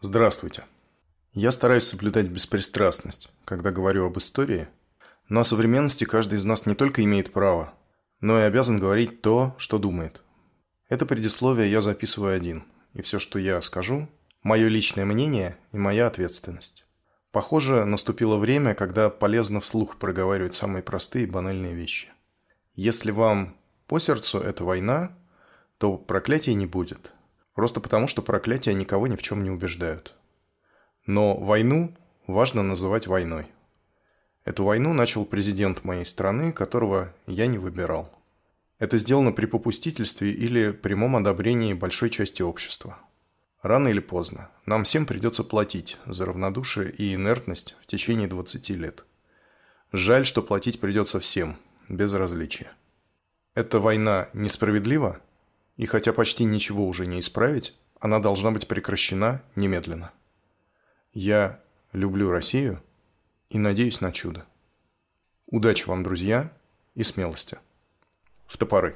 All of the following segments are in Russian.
Здравствуйте. Я стараюсь соблюдать беспристрастность, когда говорю об истории, но о современности каждый из нас не только имеет право, но и обязан говорить то, что думает. Это предисловие я записываю один, и все, что я скажу, мое личное мнение и моя ответственность. Похоже, наступило время, когда полезно вслух проговаривать самые простые и банальные вещи. Если вам по сердцу эта война, то проклятий не будет. Просто потому, что проклятия никого ни в чем не убеждают. Но войну важно называть войной. Эту войну начал президент моей страны, которого я не выбирал. Это сделано при попустительстве или прямом одобрении большой части общества. Рано или поздно нам всем придется платить за равнодушие и инертность в течение 20 лет. Жаль, что платить придется всем, без различия. Эта война несправедлива, и хотя почти ничего уже не исправить, она должна быть прекращена немедленно. Я люблю Россию и надеюсь на чудо. Удачи вам, друзья, и смелости. В топоры.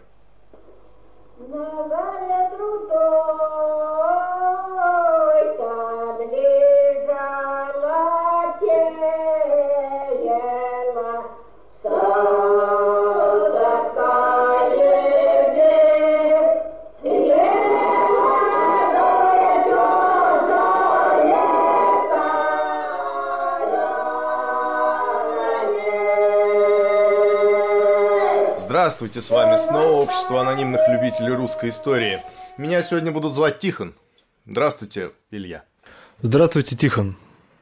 Здравствуйте, с вами снова Общество анонимных любителей русской истории. Меня сегодня будут звать Тихон. Здравствуйте, Илья. Здравствуйте, Тихон.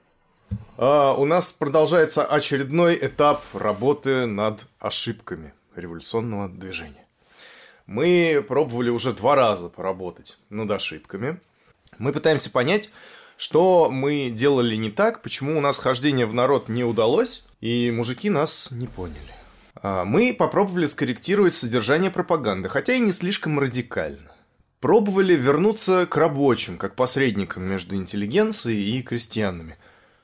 У нас продолжается очередной этап работы над ошибками революционного движения. Мы пробовали уже 2 раза поработать над ошибками. Мы пытаемся понять, что мы делали не так, почему у нас хождение в народ не удалось, и мужики нас не поняли. Мы попробовали скорректировать содержание пропаганды, хотя и не слишком радикально. Пробовали вернуться к рабочим, как посредникам между интеллигенцией и крестьянами.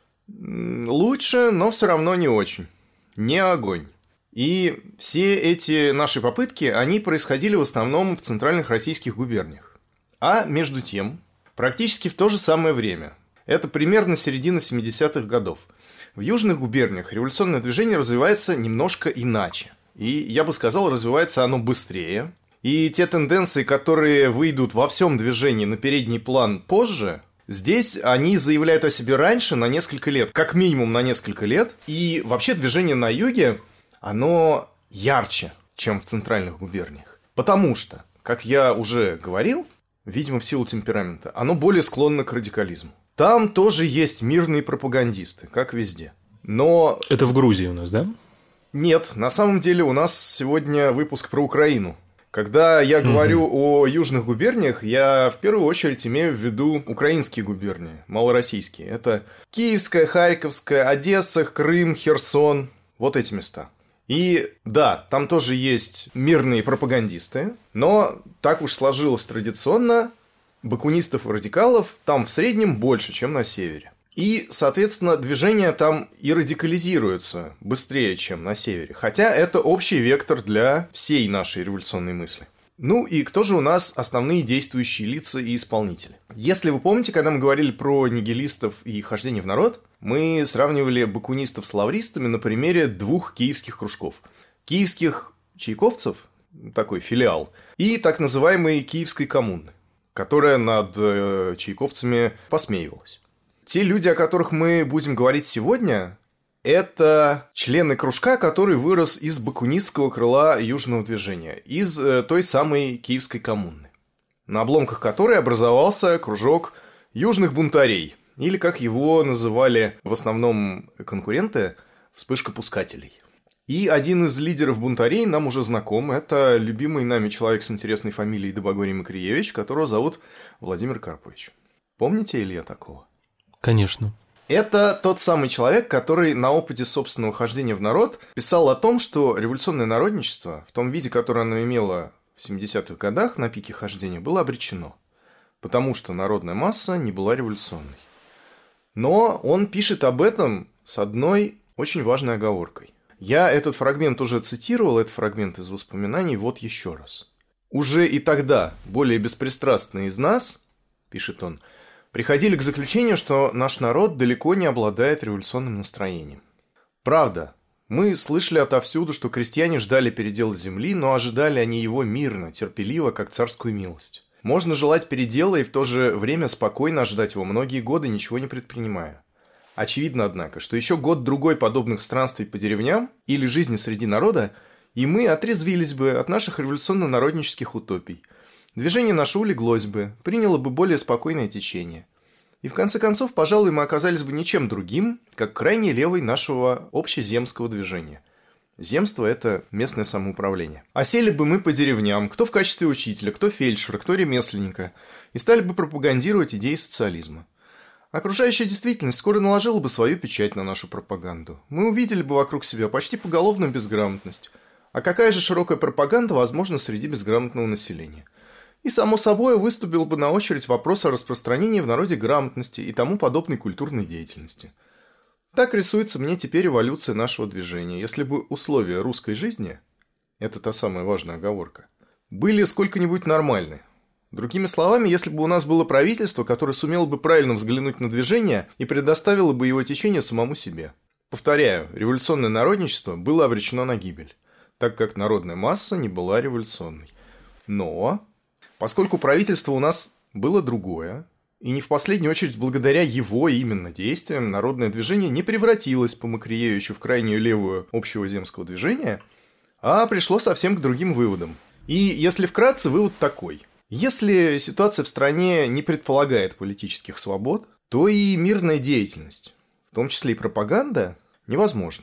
Лучше, но все равно не очень. Не огонь. И все эти наши попытки, они происходили в основном в центральных российских губерниях. А между тем, практически в то же самое время, это примерно середина 70-х годов, в южных губерниях революционное движение развивается немножко иначе. И, я бы сказал, развивается оно быстрее. И те тенденции, которые выйдут во всем движении на передний план позже, здесь они заявляют о себе раньше на несколько лет, как минимум на несколько лет. И вообще движение на юге, оно ярче, чем в центральных губерниях. Потому что, как я уже говорил, видимо, в силу темперамента, оно более склонно к радикализму. Там тоже есть мирные пропагандисты, как везде. Но... Это в Грузии у нас, да? Нет, на самом деле у нас сегодня выпуск про Украину. Когда я говорю о южных губерниях, я в первую очередь имею в виду украинские губернии, малороссийские. Это Киевская, Харьковская, Одесса, Крым, Херсон. Вот эти места. И да, там тоже есть мирные пропагандисты, но так уж сложилось традиционно, бакунистов и радикалов там в среднем больше, чем на севере. И, соответственно, движения там и радикализируются быстрее, чем на севере. Хотя это общий вектор для всей нашей революционной мысли. Ну и кто же у нас основные действующие лица и исполнители? Если вы помните, когда мы говорили про нигилистов и хождение в народ, мы сравнивали бакунистов с лавристами на примере 2 киевских кружков. Киевских чайковцев, такой филиал, и так называемой Киевской коммуны, которая над чайковцами посмеивалась. Те люди, о которых мы будем говорить сегодня, это члены кружка, который вырос из бакунистского крыла южного движения, из той самой Киевской коммуны, на обломках которой образовался кружок южных бунтарей, или, как его называли в основном конкуренты, вспышка пускателей. И один из лидеров бунтарей нам уже знаком, это любимый нами человек с интересной фамилией Добогорий Макриевич, которого зовут Владимир Карпович. Помните, Илья, такого? Конечно. Это тот самый человек, который на опыте собственного хождения в народ писал о том, что революционное народничество, в том виде, которое оно имело в 70-х годах на пике хождения, было обречено, потому что народная масса не была революционной. Но он пишет об этом с одной очень важной оговоркой. Я этот фрагмент уже цитировал, этот фрагмент из воспоминаний, вот еще раз. «Уже и тогда более беспристрастные из нас, — пишет он, — приходили к заключению, что наш народ далеко не обладает революционным настроением. Правда, мы слышали отовсюду, что крестьяне ждали передела земли, но ожидали они его мирно, терпеливо, как царскую милость. Можно желать передела и в то же время спокойно ожидать его многие годы, ничего не предпринимая. Очевидно, однако, что еще год-другой подобных странствий по деревням или жизни среди народа, и мы отрезвились бы от наших революционно-народнических утопий. Движение наше улеглось бы, приняло бы более спокойное течение. И в конце концов, пожалуй, мы оказались бы ничем другим, как крайней левой нашего общеземского движения. Земство – это местное самоуправление. А сели бы мы по деревням, кто в качестве учителя, кто фельдшера, кто ремесленника, и стали бы пропагандировать идеи социализма. Окружающая действительность скоро наложила бы свою печать на нашу пропаганду. Мы увидели бы вокруг себя почти поголовную безграмотность. А какая же широкая пропаганда возможна среди безграмотного населения? И, само собой, выступил бы на очередь вопрос о распространении в народе грамотности и тому подобной культурной деятельности. Так рисуется мне теперь эволюция нашего движения. Если бы условия русской жизни, это та самая важная оговорка, были сколько-нибудь нормальны. Другими словами, если бы у нас было правительство, которое сумело бы правильно взглянуть на движение и предоставило бы его течение самому себе. Повторяю, революционное народничество было обречено на гибель, так как народная масса не была революционной. Но поскольку правительство у нас было другое, и не в последнюю очередь благодаря его именно действиям народное движение не превратилось по Макриевичу в крайнюю левую общего земского движения, а пришло совсем к другим выводам. И если вкратце, вывод такой. Если ситуация в стране не предполагает политических свобод, то и мирная деятельность, в том числе и пропаганда, невозможна.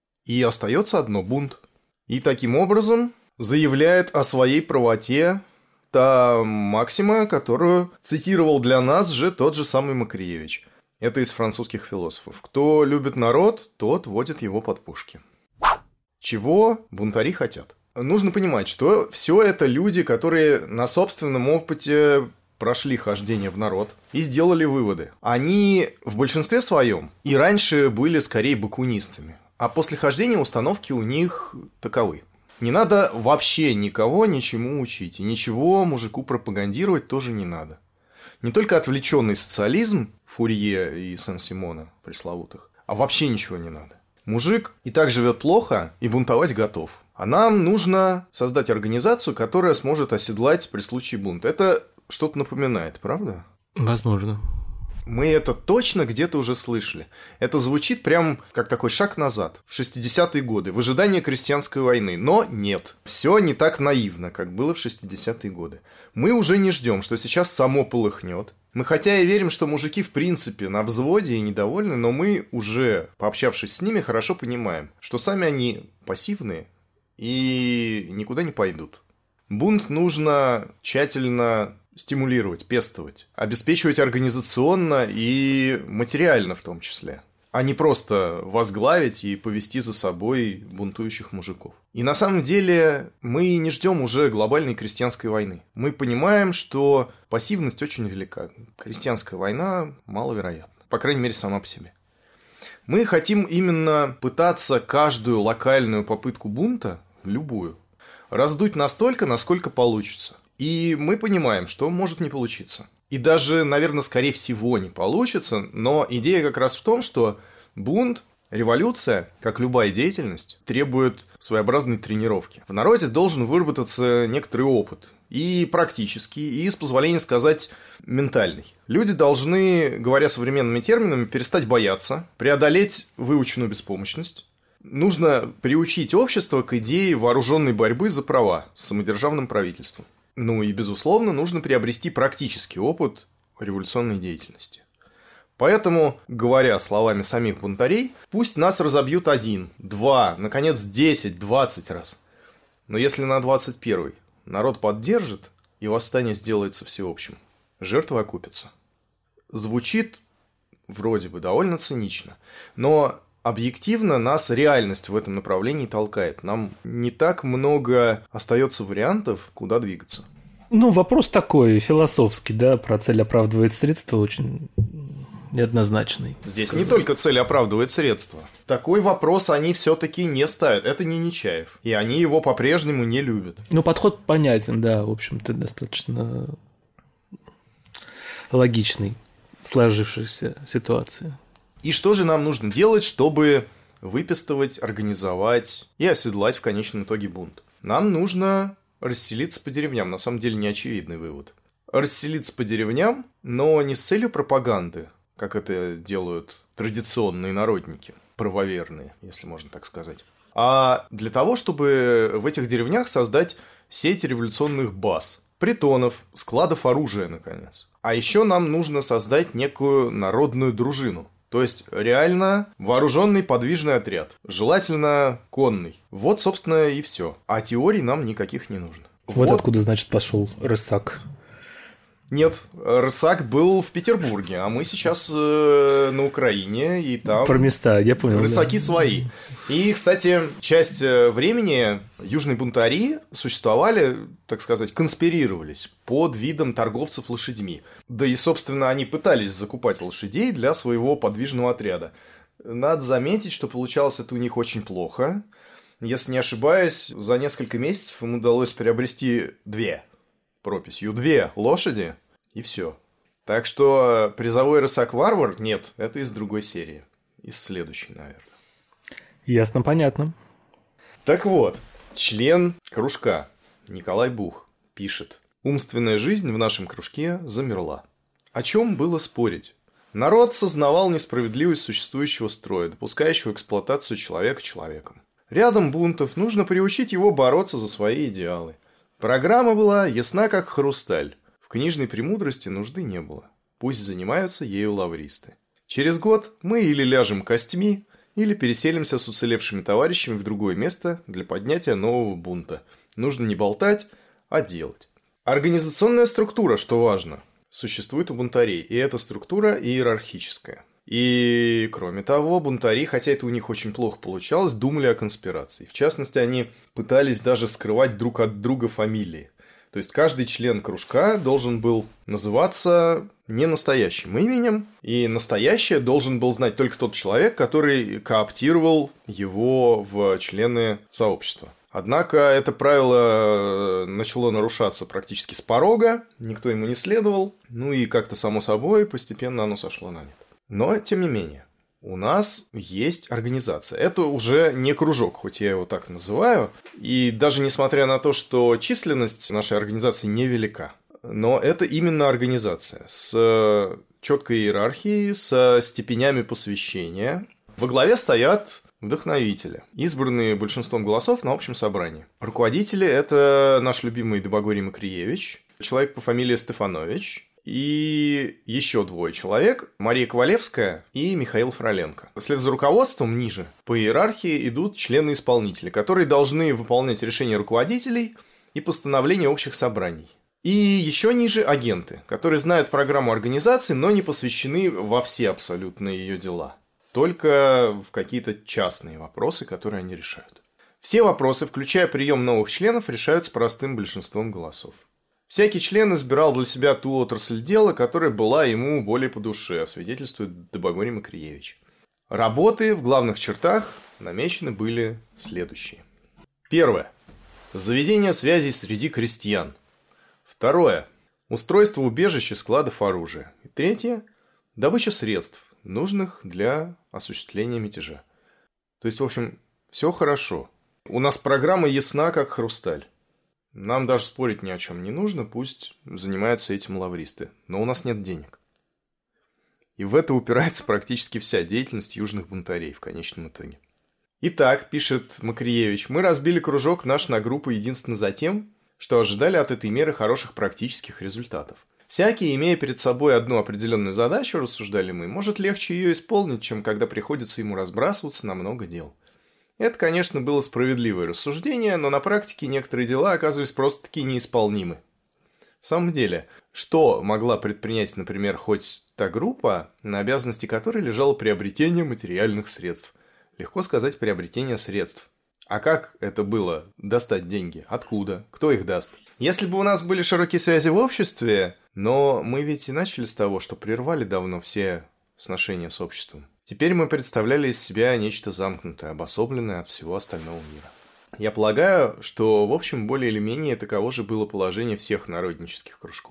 И остается одно – бунт. И таким образом заявляет о своей правоте та максима, которую цитировал для нас же тот же самый Макриевич. Это из французских философов. Кто любит народ, тот водит его под пушки. Чего бунтари хотят? Нужно понимать, что все это люди, которые на собственном опыте прошли хождение в народ и сделали выводы. Они в большинстве своем и раньше были скорее бакунистами, а после хождения установки у них таковы. Не надо вообще никого ничему учить, и ничего мужику пропагандировать тоже не надо. Не только отвлеченный социализм Фурье и Сен-Симона пресловутых, а вообще ничего не надо. Мужик и так живет плохо, и бунтовать готов. А нам нужно создать организацию, которая сможет оседлать при случае бунта. Это что-то напоминает, правда? Возможно. Мы это точно где-то уже слышали. Это звучит прям как такой шаг назад, в 60-е годы, в ожидании крестьянской войны. Но нет, все не так наивно, как было в 60-е годы. Мы уже не ждем, что сейчас само полыхнет. Мы хотя и верим, что мужики в принципе на взводе и недовольны, но мы уже, пообщавшись с ними, хорошо понимаем, что сами они пассивные и никуда не пойдут. Бунт нужно тщательно стимулировать, пестовать, обеспечивать организационно и материально в том числе, а не просто возглавить и повести за собой бунтующих мужиков. И на самом деле мы не ждем уже глобальной крестьянской войны. Мы понимаем, что пассивность очень велика. Крестьянская война маловероятна, по крайней мере, сама по себе. Мы хотим именно пытаться каждую локальную попытку бунта, любую, раздуть настолько, насколько получится. И мы понимаем, что может не получиться. И даже, наверное, скорее всего не получится, но идея как раз в том, что бунт, революция, как любая деятельность, требует своеобразной тренировки. В народе должен выработаться некоторый опыт, и практический, и, с позволения сказать, ментальный. Люди должны, говоря современными терминами, перестать бояться, преодолеть выученную беспомощность. Нужно приучить общество к идее вооруженной борьбы за права с самодержавным правительством. Ну и, безусловно, нужно приобрести практический опыт революционной деятельности. Поэтому, говоря словами самих бунтарей, пусть нас разобьют 1, 2, наконец 10, 20 раз. Но если на 21-й народ поддержит, и восстание сделается всеобщим, жертвы окупятся. Звучит вроде бы довольно цинично, но объективно нас реальность в этом направлении толкает. Нам не так много остается вариантов, куда двигаться. Ну, вопрос такой, философский, да, про цель оправдывает средства, очень неоднозначный. Здесь не только цель оправдывает средства. Такой вопрос они все-таки не ставят. Это не Нечаев. И они его по-прежнему не любят. Ну, подход понятен, да, в общем-то, достаточно логичный. сложившейся ситуации. И что же нам нужно делать, чтобы выпистывать, организовать и оседлать в конечном итоге бунт? Нам нужно расселиться по деревням. На самом деле неочевидный вывод. Расселиться по деревням, но не с целью пропаганды, как это делают традиционные народники, правоверные, если можно так сказать, а для того, чтобы в этих деревнях создать сеть революционных баз, притонов, складов оружия, наконец. А еще нам нужно создать некую народную дружину. То есть, реально вооруженный подвижный отряд. Желательно конный. Вот, собственно, и все. А теорий нам никаких не нужно. Вот откуда, значит, пошел рысак. Нет, рысак был в Петербурге, а мы сейчас на Украине, и там... Про места, я понял. Рысаки свои. И, кстати, часть времени южные бунтари существовали, так сказать, конспирировались под видом торговцев лошадьми. Да и, собственно, они пытались закупать лошадей для своего подвижного отряда. Надо заметить, что получалось это у них очень плохо. Если не ошибаюсь, за несколько месяцев им удалось приобрести 2 лошади, и все. Так что призовой рысак-варвар нет, это из другой серии. Из следующей, наверное. Ясно, понятно. Так вот, член кружка Николай Бух пишет: «Умственная жизнь в нашем кружке замерла. О чем было спорить? Народ сознавал несправедливость существующего строя, допускающего эксплуатацию человека человеком. Рядом бунтов нужно приучить его бороться за свои идеалы. Программа была ясна, как хрусталь. В книжной премудрости нужды не было. Пусть занимаются ею лавристы. Через год мы или ляжем костьми, или переселимся с уцелевшими товарищами в другое место для поднятия нового бунта. Нужно не болтать, а делать». Организационная структура, что важно, существует у бунтарей, и эта структура иерархическая. И, кроме того, бунтари, хотя это у них очень плохо получалось, думали о конспирации. В частности, они пытались даже скрывать друг от друга фамилии. То есть, каждый член кружка должен был называться не настоящим именем, и настоящее должен был знать только тот человек, который кооптировал его в члены сообщества. Однако это правило начало нарушаться практически с порога, никто ему не следовал, ну и как-то само собой постепенно оно сошло на нет. Но, тем не менее, у нас есть организация. Это уже не кружок, хоть я его так называю. И даже несмотря на то, что численность нашей организации невелика, но это именно организация с четкой иерархией, со степенями посвящения. Во главе стоят вдохновители, избранные большинством голосов на общем собрании. Руководители – это наш любимый Добогорий Макриевич, человек по фамилии Стефанович, и еще 2 человек, Мария Ковалевская и Михаил Фроленко. Вслед за руководством ниже по иерархии идут члены-исполнители, которые должны выполнять решения руководителей и постановления общих собраний. И еще ниже агенты, которые знают программу организации, но не посвящены во все абсолютно ее дела. Только в какие-то частные вопросы, которые они решают. Все вопросы, включая прием новых членов, решаются простым большинством голосов. Всякий член избирал для себя ту отрасль дела, которая была ему более по душе, свидетельствует Добогорий Макриевич. Работы в главных чертах намечены были следующие. 1. Заведение связей среди крестьян. 2. Устройство убежищ и складов оружия. И 3. Добыча средств, нужных для осуществления мятежа. То есть, в общем, все хорошо. У нас программа ясна, как хрусталь. Нам даже спорить ни о чем не нужно, пусть занимаются этим лавристы. Но у нас нет денег. И в это упирается практически вся деятельность южных бунтарей в конечном итоге. Итак, пишет Макриевич, мы разбили кружок наш на группы единственно за тем, что ожидали от этой меры хороших практических результатов. Всякий, имея перед собой одну определенную задачу, рассуждали мы, может легче ее исполнить, чем когда приходится ему разбрасываться на много дел. Это, конечно, было справедливое рассуждение, но на практике некоторые дела оказывались просто-таки неисполнимы. В самом деле, что могла предпринять, например, хоть та группа, на обязанности которой лежало приобретение материальных средств? Легко сказать, приобретение средств. А как это было достать деньги? Откуда? Кто их даст? Если бы у нас были широкие связи в обществе, но мы ведь и начали с того, что прервали давно все сношения с обществом. Теперь мы представляли из себя нечто замкнутое, обособленное от всего остального мира. Я полагаю, что, в общем, более или менее таково же было положение всех народнических кружков.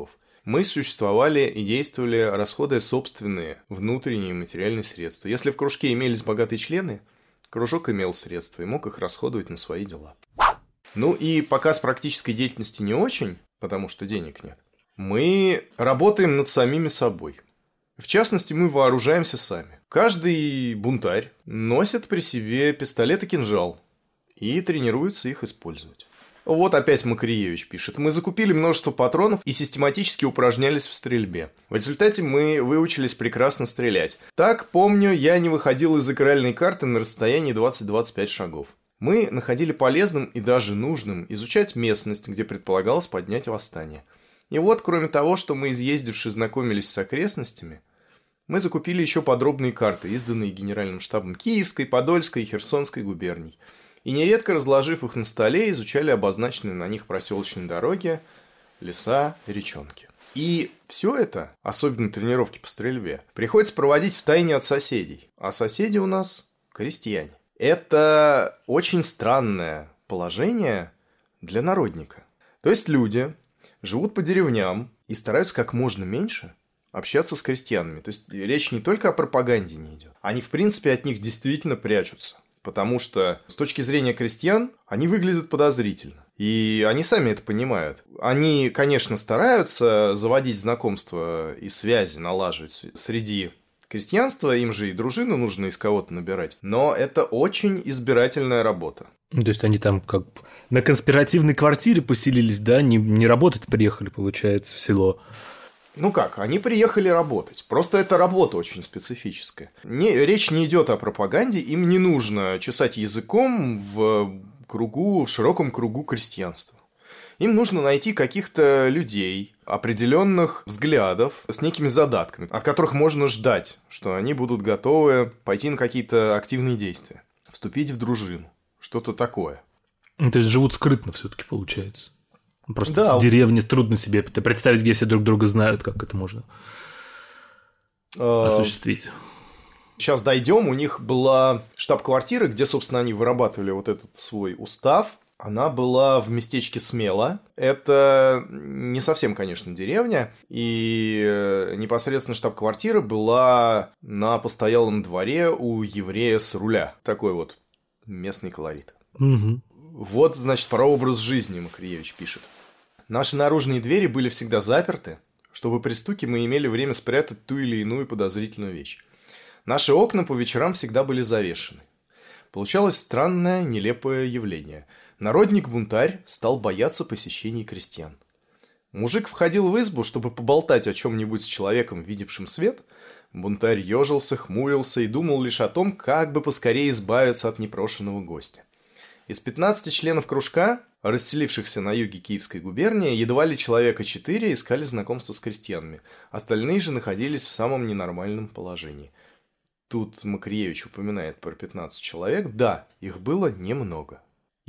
мы существовали и действовали, расходуя собственные внутренние материальные средства. Если в кружке имелись богатые члены, кружок имел средства и мог их расходовать на свои дела. Ну и пока с практической деятельностью не очень, потому что денег нет, мы работаем над самими собой. В частности, мы вооружаемся сами. Каждый бунтарь носит при себе пистолет и кинжал и тренируется их использовать. Вот опять Макриевич пишет. Мы закупили множество патронов и систематически упражнялись в стрельбе. В результате мы выучились прекрасно стрелять. Так, помню, я не выходил из игральной карты на расстоянии 20-25 шагов. Мы находили полезным и даже нужным изучать местность, где предполагалось поднять восстание. И вот, кроме того, что мы, изъездивши, знакомились с окрестностями, мы закупили еще подробные карты, изданные Генеральным штабом Киевской, Подольской и Херсонской губерний. И нередко, разложив их на столе, изучали обозначенные на них проселочные дороги, леса, речонки. И все это, особенно тренировки по стрельбе, приходится проводить втайне от соседей. А соседи у нас крестьяне. Это очень странное положение для народника. То есть люди живут по деревням и стараются как можно меньше общаться с крестьянами. То есть речь не только о пропаганде не идет. Они, в принципе, от них действительно прячутся. Потому что с точки зрения крестьян они выглядят подозрительно. И они сами это понимают. Они, конечно, стараются заводить знакомства и связи, налаживать среди крестьянства. Им же и дружину нужно из кого-то набирать. Но это очень избирательная работа. То есть они там как на конспиративной квартире поселились, да? Не работать приехали, получается, в село. Ну как, они приехали работать. Просто эта работа очень специфическая. Речь не идет о пропаганде, им не нужно чесать языком в широком кругу крестьянства. Им нужно найти каких-то людей, определенных взглядов, с некими задатками, от которых можно ждать, что они будут готовы пойти на какие-то активные действия, вступить в дружину, что-то такое. То есть живут скрытно все-таки получается. Просто да. В деревне трудно себе представить, где все друг друга знают, как это можно осуществить. Сейчас дойдем. У них была штаб-квартира, где, собственно, они вырабатывали вот этот свой устав. Она была в местечке Смело. Это не совсем, конечно, деревня. И непосредственно штаб-квартира была на постоялом дворе у еврея с руля. Такой вот местный колорит. Угу. Вот, значит, про образ жизни Макриевич пишет. Наши наружные двери были всегда заперты, чтобы при стуке мы имели время спрятать ту или иную подозрительную вещь. Наши окна по вечерам всегда были завешены. Получалось странное, нелепое явление. Народник-бунтарь стал бояться посещений крестьян. Мужик входил в избу, чтобы поболтать о чем-нибудь с человеком, видевшим свет. Бунтарь ежился, хмурился и думал лишь о том, как бы поскорее избавиться от непрошенного гостя. Из 15 членов кружка, расселившихся на юге Киевской губернии, едва ли человека 4 искали знакомство с крестьянами. Остальные же находились в самом ненормальном положении. Тут Макриевич упоминает про 15 человек. Да, их было немного.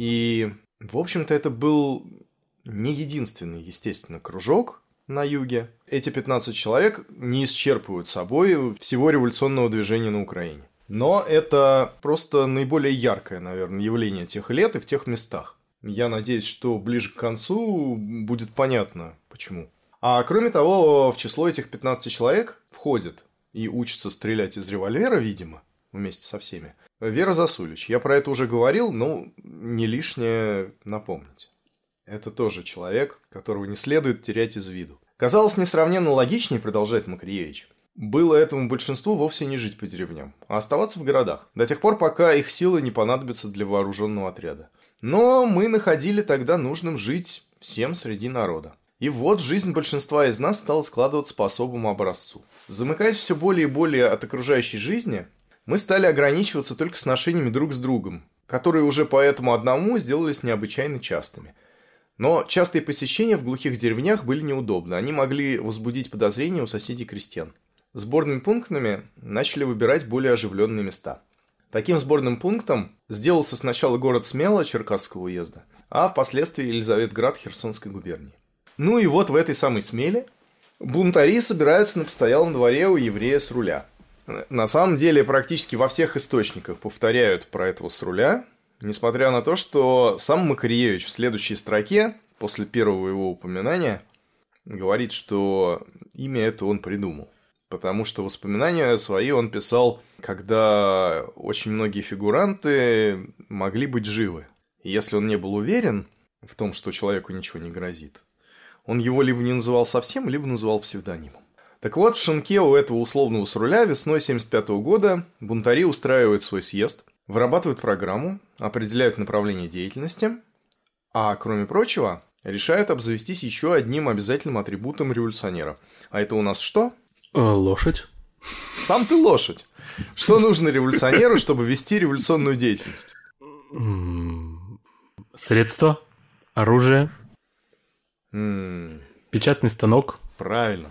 И, в общем-то, это был не единственный, естественно, кружок на юге. Эти 15 человек не исчерпывают собой всего революционного движения на Украине. Но это просто наиболее яркое, наверное, явление тех лет и в тех местах. Я надеюсь, что ближе к концу будет понятно, почему. А кроме того, в число этих 15 человек входит и учится стрелять из револьвера, видимо, вместе со всеми, Вера Засулич. Я про это уже говорил, но не лишнее напомнить. Это тоже человек, которого не следует терять из виду. Казалось несравненно логичнее, продолжает Макриевич, было этому большинству вовсе не жить по деревням, а оставаться в городах, до тех пор, пока их силы не понадобятся для вооруженного отряда. Но мы находили тогда нужным жить всем среди народа. И вот жизнь большинства из нас стала складываться по особому образцу. Замыкаясь все более и более от окружающей жизни, мы стали ограничиваться только сношениями друг с другом, которые уже по этому одному сделались необычайно частыми. Но частые посещения в глухих деревнях были неудобны, они могли возбудить подозрения у соседей крестьян. Сборными пунктами начали выбирать более оживленные места. Таким сборным пунктом сделался сначала город Смело Черкасского уезда, а впоследствии Елизаветград Херсонской губернии. Ну и вот в этой самой Смеле бунтари собираются на постоялом дворе у еврея с руля. На самом деле практически во всех источниках повторяют про этого с руля, несмотря на то, что сам Макриевич в следующей строке, после первого его упоминания, говорит, что имя это он придумал. Потому что воспоминания свои он писал, когда очень многие фигуранты могли быть живы. И если он не был уверен в том, что человеку ничего не грозит, он его либо не называл совсем, либо называл псевдонимом. Так вот, в Шенке у этого условного Сруля весной 1975 года бунтари устраивают свой съезд, вырабатывают программу, определяют направление деятельности, а, кроме прочего, решают обзавестись еще одним обязательным атрибутом революционера. А это у нас что? Лошадь. Сам ты лошадь. Что нужно революционеру, чтобы вести революционную деятельность? Средства, оружие, печатный станок. Правильно.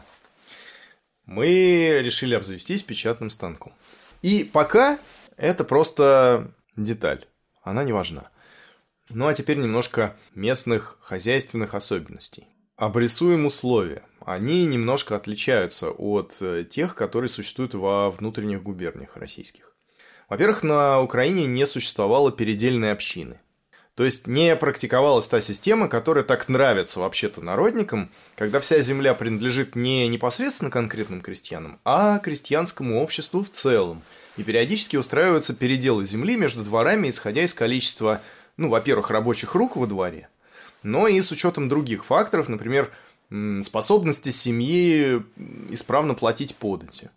Мы решили обзавестись печатным станком. И пока это просто деталь. Она не важна. Ну а теперь немножко местных хозяйственных особенностей. Обрисуем условия. Они немножко отличаются от тех, которые существуют во внутренних губерниях российских. Во-первых, на Украине не существовало передельной общины. То есть не практиковалась та система, которая так нравится вообще-то народникам, когда вся земля принадлежит не непосредственно конкретным крестьянам, а крестьянскому обществу в целом. И периодически устраиваются переделы земли между дворами, исходя из количества, во-первых, рабочих рук во дворе, но и с учетом других факторов, например, способности семьи исправно платить подати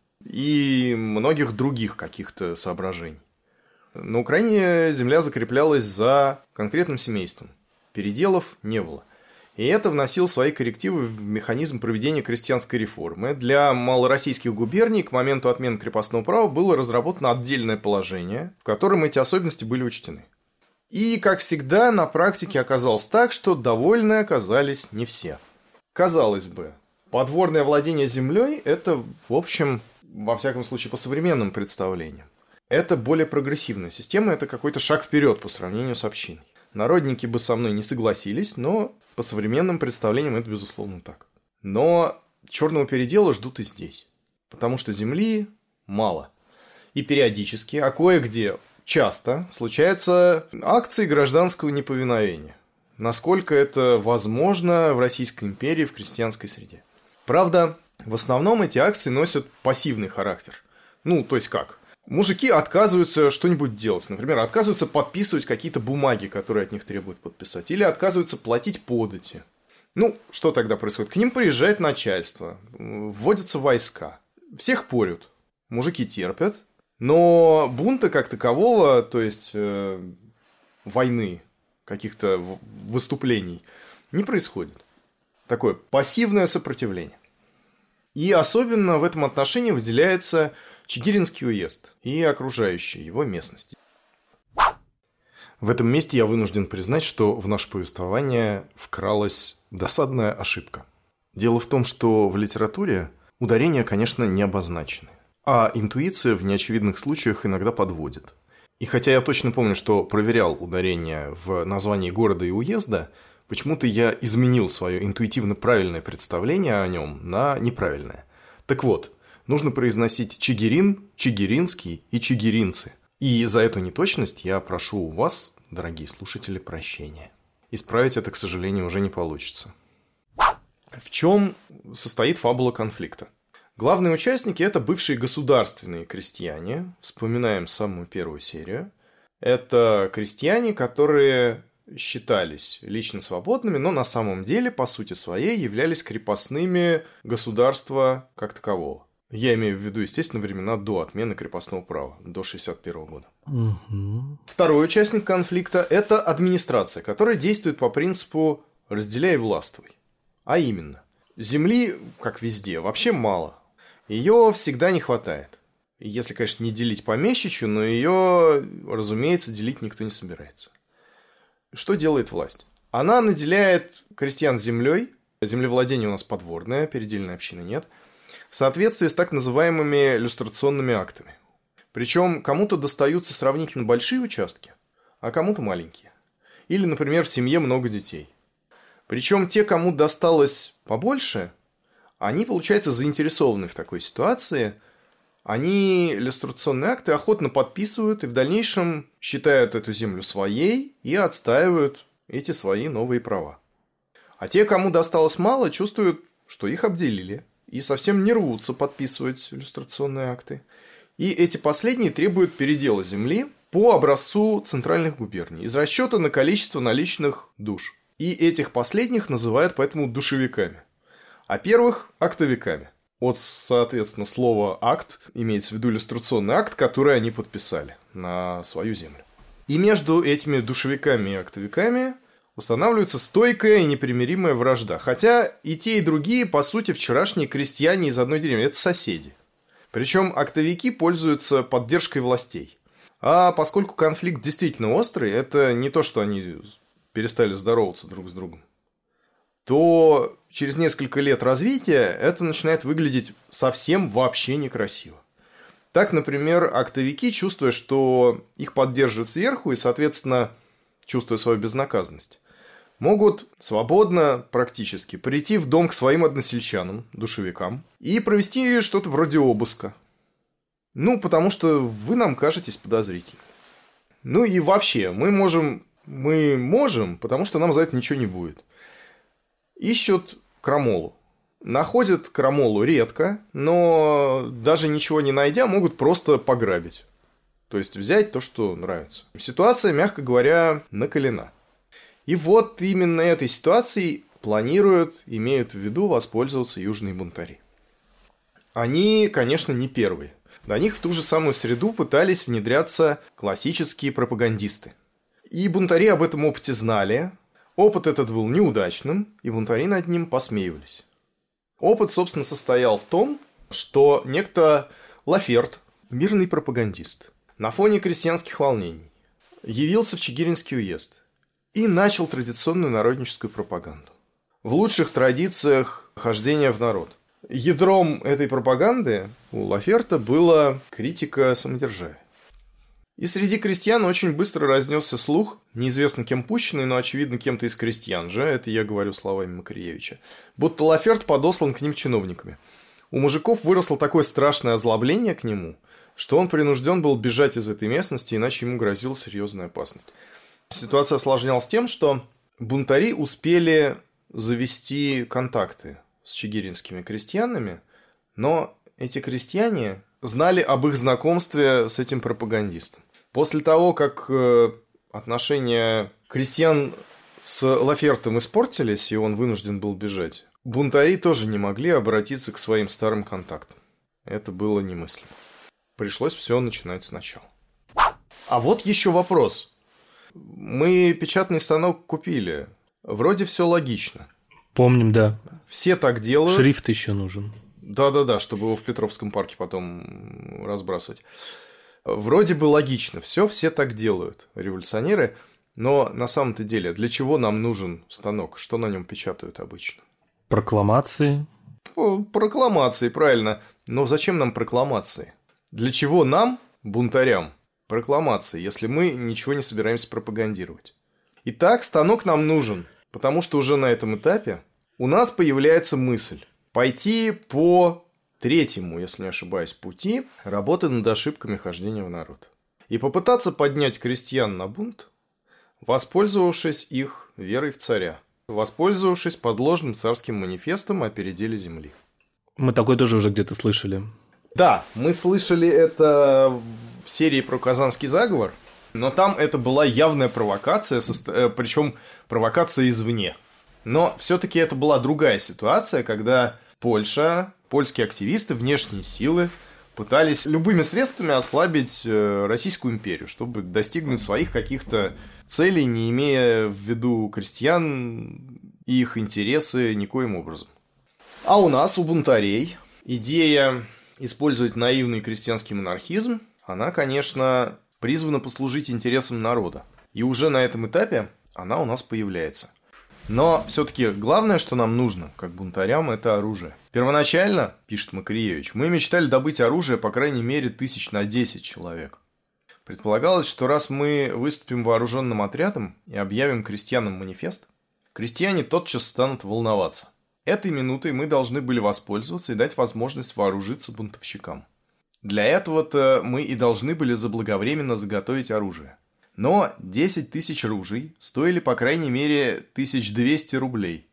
и многих других каких-то соображений. На Украине земля закреплялась за конкретным семейством. Переделов не было. И это вносило свои коррективы в механизм проведения крестьянской реформы. Для малороссийских губерний к моменту отмены крепостного права было разработано отдельное положение, в котором эти особенности были учтены. И, как всегда, на практике оказалось так, что довольны оказались не все. Казалось бы, подворное владение землей – это, в общем, во всяком случае, по современным представлениям. Это более прогрессивная система, это какой-то шаг вперед по сравнению с общиной. Народники бы со мной не согласились, но по современным представлениям это, безусловно, так. Но черного передела ждут и здесь, потому что земли мало. И периодически, а кое-где часто случаются акции гражданского неповиновения. Насколько это возможно в Российской империи, в крестьянской среде. Правда, в основном эти акции носят пассивный характер. То есть как? Мужики отказываются что-нибудь делать. Например, отказываются подписывать какие-то бумаги, которые от них требуют подписать. Или отказываются платить подати. Что тогда происходит? К ним приезжает начальство. Вводятся войска. Всех порют. Мужики терпят. Но бунта как такового, то есть войны, каких-то выступлений, не происходит. Такое пассивное сопротивление. И особенно в этом отношении выделяется Чигиринский уезд и окружающие его местности. В этом месте я вынужден признать, что в наше повествование вкралась досадная ошибка. Дело в том, что в литературе ударения, конечно, не обозначены, а интуиция в неочевидных случаях иногда подводит. И хотя я точно помню, что проверял ударение в названии города и уезда, почему-то я изменил свое интуитивно правильное представление о нем на неправильное. Так вот, нужно произносить Чигирин, Чигиринский и Чигиринцы. И за эту неточность я прошу у вас, дорогие слушатели, прощения. Исправить это, к сожалению, уже не получится. В чем состоит фабула конфликта? Главные участники – это бывшие государственные крестьяне. Вспоминаем самую первую серию. Это крестьяне, которые считались лично свободными, но на самом деле, по сути своей, являлись крепостными государства как такового. Я имею в виду, естественно, времена до отмены крепостного права, до 1961 года. Угу. Второй участник конфликта – это администрация, которая действует по принципу «разделяй и властвуй». А именно, земли, как везде, вообще мало. Ее всегда не хватает. Если, конечно, не делить помещичью, но ее, разумеется, делить никто не собирается. Что делает власть? Она наделяет крестьян землей. Землевладение у нас подворное, передельной общины нет. В соответствии с так называемыми люстрационными актами. Причем кому-то достаются сравнительно большие участки, а кому-то маленькие. Или, например, в семье много детей. Причем те, кому досталось побольше, они, получается, заинтересованы в такой ситуации. Они люстрационные акты охотно подписывают и в дальнейшем считают эту землю своей и отстаивают эти свои новые права. А те, кому досталось мало, чувствуют что их обделили и совсем не рвутся подписывать иллюстрационные акты. И эти последние требуют передела земли по образцу центральных губерний из расчета на количество наличных душ. И этих последних называют поэтому душевиками, а первых – актовиками. От, соответственно, слова «акт» имеется в виду иллюстрационный акт, который они подписали на свою землю. И между этими душевиками и актовиками устанавливается стойкая и непримиримая вражда. Хотя и те, и другие, по сути, вчерашние крестьяне из одной деревни – это соседи. Причем актовики пользуются поддержкой властей. А поскольку конфликт действительно острый, это не то, что они перестали здороваться друг с другом, то через несколько лет развития это начинает выглядеть совсем вообще некрасиво. Так, например, актовики, чувствуя, что их поддерживают сверху и, соответственно, чувствуя свою безнаказанность, могут свободно практически прийти в дом к своим односельчанам, душевикам, и провести что-то вроде обыска. Ну, потому что вы нам кажетесь подозрительным. Ну и вообще, мы можем, потому что нам за это ничего не будет. Ищут крамолу. Находят крамолу редко, но даже ничего не найдя, могут просто пограбить. То есть взять то, что нравится. Ситуация, мягко говоря, накалена. И вот именно этой ситуацией имеют в виду воспользоваться южные бунтари. Они, конечно, не первые. До них в ту же самую среду пытались внедряться классические пропагандисты. И бунтари об этом опыте знали. Опыт этот был неудачным, и бунтари над ним посмеивались. Опыт, собственно, состоял в том, что некто Лаферт, мирный пропагандист, на фоне крестьянских волнений явился в Чигиринский уезд и начал традиционную народническую пропаганду. В лучших традициях хождения в народ. Ядром этой пропаганды у Лаферта была критика самодержавия. И среди крестьян очень быстро разнесся слух, неизвестно кем пущенный, но очевидно кем-то из крестьян же, это я говорю словами Макаревича, будто Лаферт подослан к ним чиновниками. У мужиков выросло такое страшное озлобление к нему, что он принужден был бежать из этой местности, иначе ему грозила серьезная опасность. Ситуация осложнялась тем, что бунтари успели завести контакты с чигиринскими крестьянами, но эти крестьяне знали об их знакомстве с этим пропагандистом. После того, как отношения крестьян с Лафертом испортились, и он вынужден был бежать, бунтари тоже не могли обратиться к своим старым контактам. Это было немыслимо. Пришлось все начинать сначала. А вот еще вопрос. Мы печатный станок купили. Вроде все логично. Помним, да. Все так делают. Шрифт еще нужен. Да-да-да, чтобы его в Петровском парке потом разбрасывать. Вроде бы логично. Все так делают, революционеры. Но на самом-то деле, для чего нам нужен станок? Что на нем печатают обычно? Прокламации. Прокламации, правильно. Но зачем нам прокламации? Для чего нам, бунтарям, прокламации, если мы ничего не собираемся пропагандировать? Итак, станок нам нужен, потому что уже на этом этапе у нас появляется мысль пойти по третьему, если не ошибаюсь, пути работы над ошибками хождения в народ. И попытаться поднять крестьян на бунт, воспользовавшись их верой в царя, воспользовавшись подложным царским манифестом о переделе земли. Мы такое тоже уже где-то слышали. Да, мы слышали это в серии про Казанский заговор, но там это была явная провокация, причем провокация извне. Но все-таки это была другая ситуация, когда Польша, польские активисты, внешние силы пытались любыми средствами ослабить Российскую империю, чтобы достигнуть своих каких-то целей, не имея в виду крестьян и их интересы никоим образом. А у нас, у бунтарей, идея использовать наивный крестьянский монархизм, она, конечно, призвана послужить интересам народа. И уже на этом этапе она у нас появляется. Но все-таки главное, что нам нужно, как бунтарям, это оружие. Первоначально, пишет Макаревич, мы мечтали добыть оружие, по крайней мере, 10 человек. Предполагалось, что раз мы выступим вооруженным отрядом и объявим крестьянам манифест, крестьяне тотчас станут волноваться. Этой минутой мы должны были воспользоваться и дать возможность вооружиться бунтовщикам. Для этого-то мы и должны были заблаговременно заготовить оружие. Но 10 000 ружей стоили по крайней мере 1200 рублей.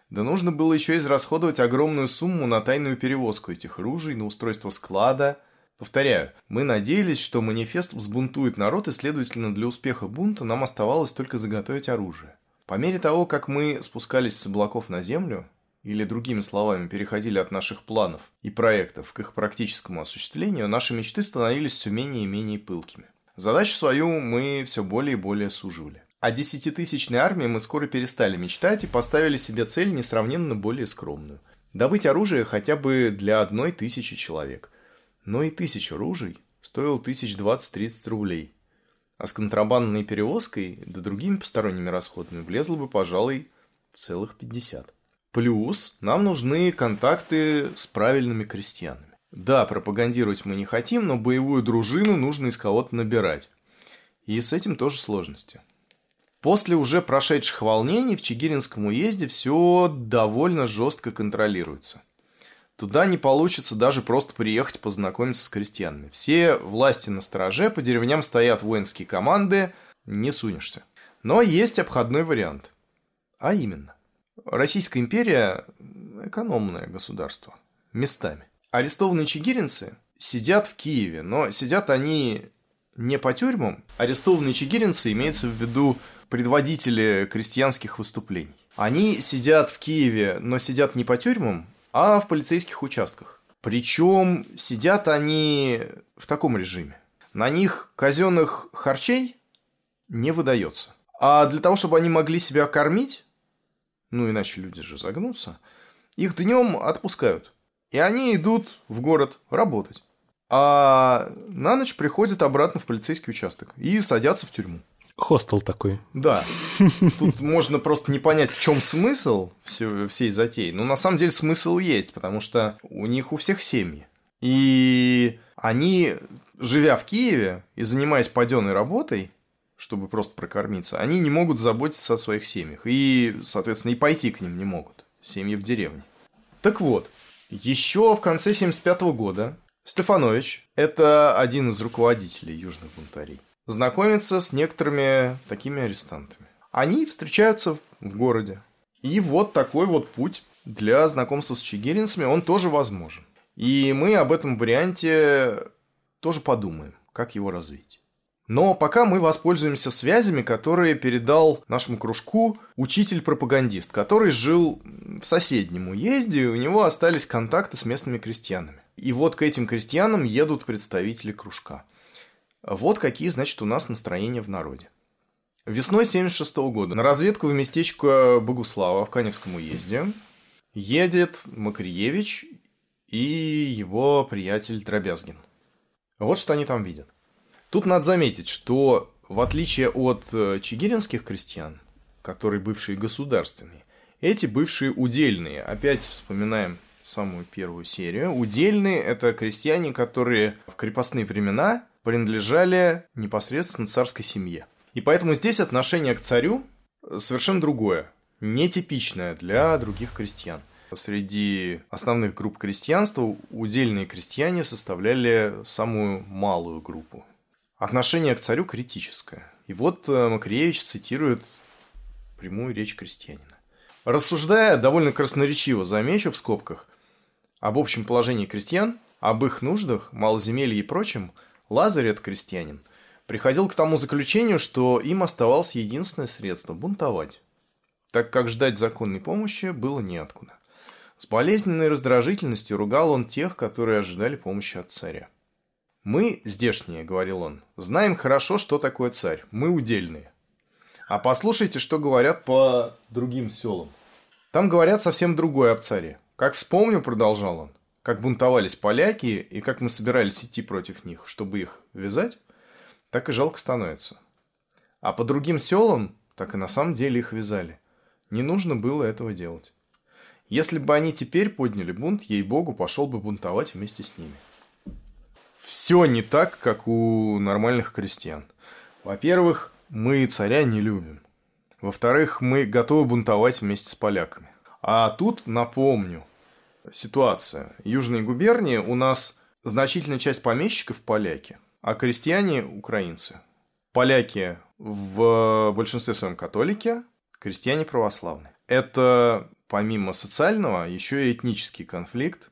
Да нужно было еще израсходовать огромную сумму на тайную перевозку этих ружей, на устройство склада. Повторяю, мы надеялись, что манифест взбунтует народ, и, следовательно, для успеха бунта нам оставалось только заготовить оружие. По мере того, как мы спускались с облаков на землю, или, другими словами, переходили от наших планов и проектов к их практическому осуществлению, наши мечты становились все менее и менее пылкими. Задачу свою мы все более и более суживали. О 10-тысячной армии мы скоро перестали мечтать и поставили себе цель несравненно более скромную. Добыть оружие хотя бы для 1000 человек. Но и 1000 ружей стоило 1020-30 рублей. А с контрабандной перевозкой, да другими посторонними расходами, влезло бы, пожалуй, целых 50. Плюс нам нужны контакты с правильными крестьянами. Да, пропагандировать мы не хотим, но боевую дружину нужно из кого-то набирать. И с этим тоже сложности. После уже прошедших волнений в Чигиринском уезде все довольно жестко контролируется. Туда не получится даже просто приехать познакомиться с крестьянами. Все власти на стороже, по деревням стоят воинские команды, не сунешься. Но есть обходной вариант. А именно, Российская империя – экономное государство. Местами. Арестованные чигиринцы сидят в Киеве, но сидят они не по тюрьмам. Арестованные чигиринцы имеется в виду предводители крестьянских выступлений. Они сидят в Киеве, но сидят не по тюрьмам, а в полицейских участках. Причем сидят они в таком режиме. На них казенных харчей не выдается. А для того, чтобы они могли себя кормить, ну иначе люди же загнутся, их днем отпускают. И они идут в город работать. А на ночь приходят обратно в полицейский участок и садятся в тюрьму. Хостел такой. Да. Тут можно просто не понять, в чем смысл всей затеи. Но на самом деле смысл есть, потому что у них у всех семьи. И они, живя в Киеве и занимаясь паденной работой, чтобы просто прокормиться, они не могут заботиться о своих семьях. И, соответственно, и пойти к ним не могут. Семьи в деревне. Так вот. Еще в конце 1975 года Стефанович, это один из руководителей южных бунтарей, знакомится с некоторыми такими арестантами. Они встречаются в городе. И вот такой вот путь для знакомства с чигиринцами, он тоже возможен. И мы об этом варианте тоже подумаем, как его развить. Но пока мы воспользуемся связями, которые передал нашему кружку учитель-пропагандист, который жил в соседнем уезде, и у него остались контакты с местными крестьянами. И вот к этим крестьянам едут представители кружка. Вот какие, значит, у нас настроения в народе. Весной 1976 года на разведку в местечко Богуслава в Каневском уезде едет Макаревич и его приятель Дробязгин. Вот что они там видят. Тут надо заметить, что в отличие от чигиринских крестьян, которые бывшие государственные, эти бывшие удельные. Опять вспоминаем самую первую серию. Удельные – это крестьяне, которые в крепостные времена принадлежали непосредственно царской семье. И поэтому здесь отношение к царю совершенно другое, нетипичное для других крестьян. Среди основных групп крестьянства удельные крестьяне составляли самую малую группу. Отношение к царю критическое. И вот Макаревич цитирует прямую речь крестьянина. Рассуждая довольно красноречиво, замечу в скобках, об общем положении крестьян, об их нуждах, малоземелье и прочем, Лазарь, этот крестьянин, приходил к тому заключению, что им оставалось единственное средство – бунтовать, так как ждать законной помощи было неоткуда. С болезненной раздражительностью ругал он тех, которые ожидали помощи от царя. «Мы, здешние, — говорил он, — знаем хорошо, что такое царь, мы удельные. А послушайте, что говорят по другим селам. Там говорят совсем другое об царе. Как вспомню, — продолжал он, — как бунтовались поляки и как мы собирались идти против них, чтобы их вязать, так и жалко становится. А по другим селам так и на самом деле их вязали. Не нужно было этого делать. Если бы они теперь подняли бунт, ей-богу, пошел бы бунтовать вместе с ними». Все не так, как у нормальных крестьян. Во-первых, мы царя не любим. Во-вторых, мы готовы бунтовать вместе с поляками. А тут, напомню, ситуация. Южные губернии у нас значительная часть помещиков поляки, а крестьяне украинцы. Поляки в большинстве своем католики, крестьяне православные. Это помимо социального, еще и этнический конфликт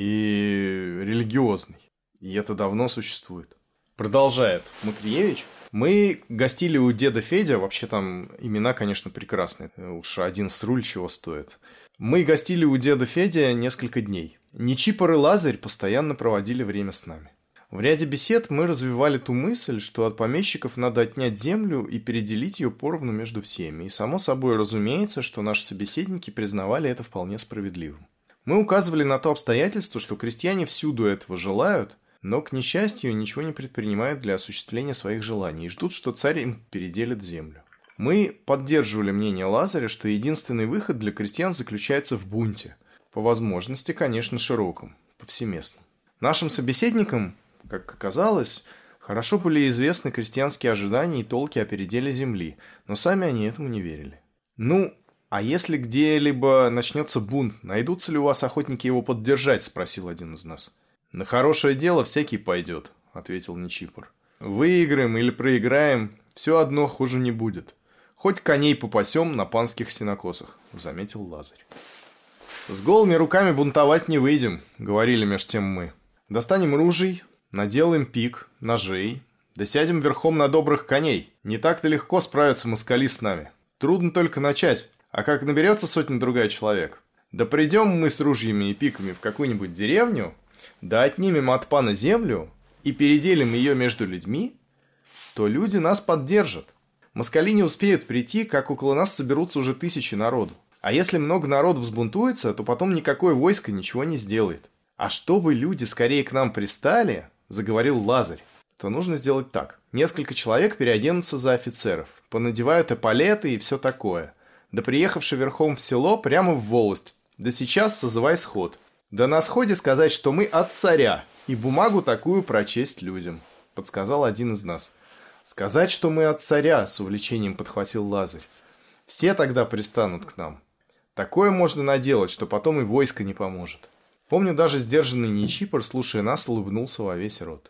и религиозный. И это давно существует. Продолжает Макриевич. Мы гостили у деда Федя, вообще там имена, конечно, прекрасные, уж один сруль чего стоит. Мы гостили у деда Федя несколько дней. Нечипор и Лазарь постоянно проводили время с нами. В ряде бесед мы развивали ту мысль, что от помещиков надо отнять землю и переделить ее поровну между всеми. И само собой разумеется, что наши собеседники признавали это вполне справедливым. Мы указывали на то обстоятельство, что крестьяне всюду этого желают, но, к несчастью, ничего не предпринимают для осуществления своих желаний и ждут, что царь им переделит землю. Мы поддерживали мнение Лазаря, что единственный выход для крестьян заключается в бунте. По возможности, конечно, широком, повсеместном. Нашим собеседникам, как оказалось, хорошо были известны крестьянские ожидания и толки о переделе земли, но сами они этому не верили. «Ну, а если где-либо начнется бунт, найдутся ли у вас охотники его поддержать?» – спросил один из нас. «На хорошее дело всякий пойдет», – ответил Нечипор. «Выиграем или проиграем, все одно хуже не будет. Хоть коней попасем на панских сенокосах», – заметил Лазарь. «С голыми руками бунтовать не выйдем», – говорили меж тем мы. «Достанем ружей, наделаем пик, ножей, да сядем верхом на добрых коней. Не так-то легко справятся москали с нами. Трудно только начать, а как наберется сотня-другая человек, да придем мы с ружьями и пиками в какую-нибудь деревню, да отнимем от пана землю и переделим ее между людьми, то люди нас поддержат. Москали не успеют прийти, как около нас соберутся уже тысячи народу. А если много народу взбунтуется, то потом никакое войско ничего не сделает. А чтобы люди скорее к нам пристали, заговорил Лазарь, то нужно сделать так. Несколько человек переоденутся за офицеров, понадевают эполеты и все такое. Да приехавши верхом в село, прямо в волость. Да сейчас созывай сход. Да на сходе сказать, что мы от царя, и бумагу такую прочесть людям, подсказал один из нас. Сказать, что мы от царя, с увлечением подхватил Лазарь. Все тогда пристанут к нам. Такое можно наделать, что потом и войско не поможет. Помню, даже сдержанный Нечипор, слушая нас, улыбнулся во весь рот.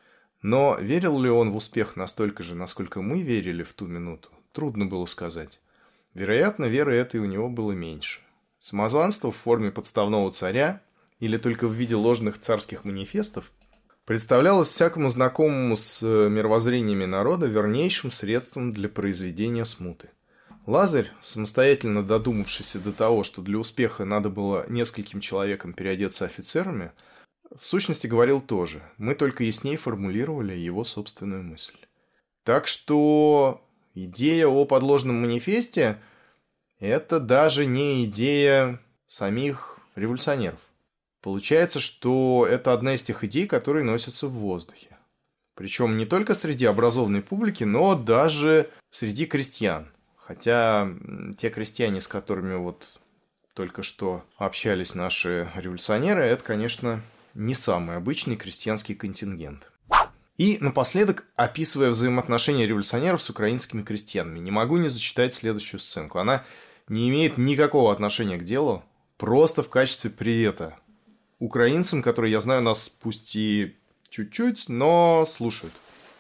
Но верил ли он в успех настолько же, насколько мы верили в ту минуту, трудно было сказать. Вероятно, веры этой у него было меньше. Самозванство в форме подставного царя, или только в виде ложных царских манифестов, представлялось всякому знакомому с мировоззрениями народа вернейшим средством для произведения смуты. Лазарь, самостоятельно додумавшийся до того, что для успеха надо было нескольким человекам переодеться офицерами, в сущности говорил тоже, мы только яснее формулировали его собственную мысль. Так что идея о подложном манифесте – это даже не идея самих революционеров. Получается, что это одна из тех идей, которые носятся в воздухе. Причем не только среди образованной публики, но даже среди крестьян. Хотя те крестьяне, с которыми вот только что общались наши революционеры, это, конечно, не самый обычный крестьянский контингент. И напоследок, описывая взаимоотношения революционеров с украинскими крестьянами, не могу не зачитать следующую сценку. Она не имеет никакого отношения к делу, просто в качестве привета украинцам, которые, я знаю, нас пусть и чуть-чуть, но слушают.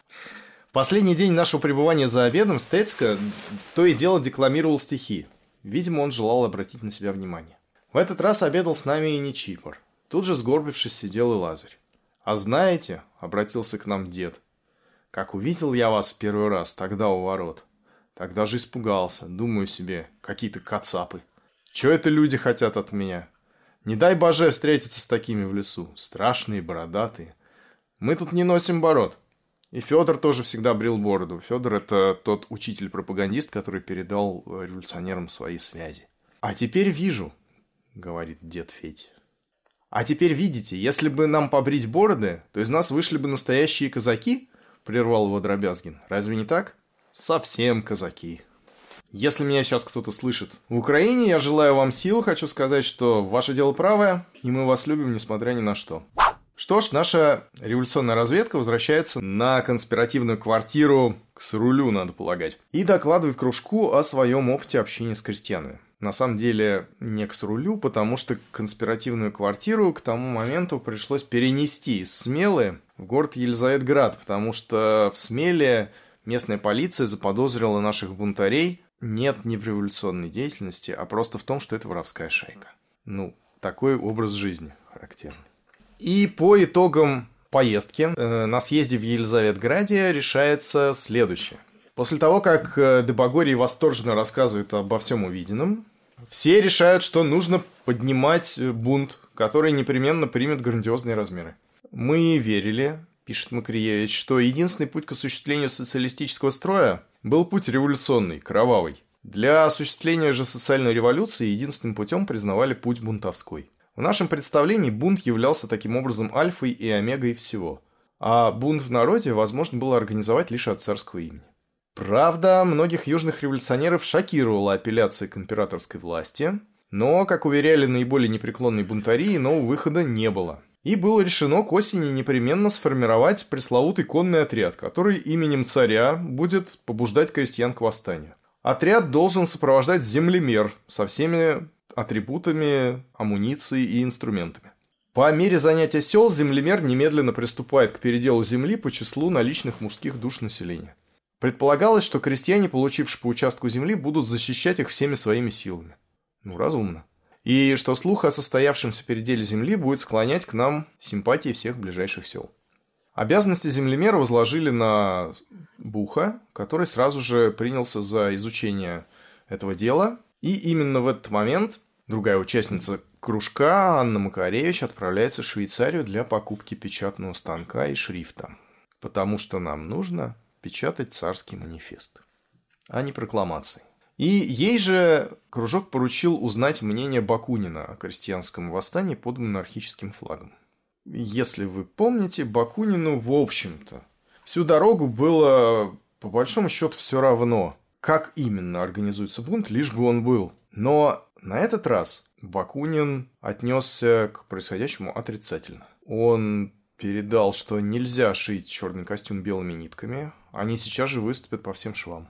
В последний день нашего пребывания за обедом Стецко то и дело декламировал стихи. Видимо, он желал обратить на себя внимание. В этот раз обедал с нами и Нечипор. Тут же, сгорбившись, сидел и Лазарь. «А знаете, — обратился к нам дед, — как увидел я вас в первый раз тогда у ворот, тогда же испугался, думаю себе, какие-то кацапы. Чё это люди хотят от меня? Не дай боже встретиться с такими в лесу, страшные, бородатые. Мы тут не носим бород». И Федор тоже всегда брил бороду. Федор – это тот учитель-пропагандист, который передал революционерам свои связи. «А теперь вижу, – говорит дед Федь. «А теперь видите, если бы нам побрить бороды, то из нас вышли бы настоящие казаки?» – прервал его Дробязгин. «Разве не так? Совсем казаки. Если меня сейчас кто-то слышит в Украине, я желаю вам сил, хочу сказать, что ваше дело правое, и мы вас любим, несмотря ни на что». Что ж, наша революционная разведка возвращается на конспиративную квартиру к Срулю, надо полагать, и докладывает кружку о своем опыте общения с крестьянами. На самом деле не к Срулю, потому что конспиративную квартиру к тому моменту пришлось перенести из Смелы в город Елизаветград, потому что в Смеле местная полиция заподозрила наших бунтарей нет не в революционной деятельности, а просто в том, что это воровская шайка. Такой образ жизни характерный. И по итогам поездки на съезде в Елизаветграде решается следующее. После того, как Дебогорий восторженно рассказывает обо всем увиденном, все решают, что нужно поднимать бунт, который непременно примет грандиозные размеры. «Мы верили, — пишет Макриевич, — что единственный путь к осуществлению социалистического строя был путь революционный, кровавый. Для осуществления же социальной революции единственным путем признавали путь бунтовской. В нашем представлении бунт являлся таким образом альфой и омегой всего, а бунт в народе возможно было организовать лишь от царского имени. Правда, многих южных революционеров шокировала апелляция к императорской власти, но, как уверяли наиболее непреклонные бунтари, иного выхода не было. И было решено к осени непременно сформировать пресловутый конный отряд, который именем царя будет побуждать крестьян к восстанию. Отряд должен сопровождать землемер со всеми атрибутами, амуницией и инструментами. По мере занятия сел землемер немедленно приступает к переделу земли по числу наличных мужских душ населения. Предполагалось, что крестьяне, получившие по участку земли, будут защищать их всеми своими силами. Разумно. И что слух о состоявшемся переделе земли будет склонять к нам симпатии всех ближайших сел. Обязанности землемера возложили на Буха, который сразу же принялся за изучение этого дела. И именно в этот момент другая участница кружка, Анна Макаревич, отправляется в Швейцарию для покупки печатного станка и шрифта. Потому что нам нужно печатать царский манифест, а не прокламации. И ей же кружок поручил узнать мнение Бакунина о крестьянском восстании под монархическим флагом. Если вы помните, Бакунину, в общем-то, всю дорогу было, по большому счету, все равно, как именно организуется бунт, лишь бы он был. Но на этот раз Бакунин отнесся к происходящему отрицательно. Он передал, что нельзя шить черный костюм белыми нитками, они сейчас же выступят по всем швам.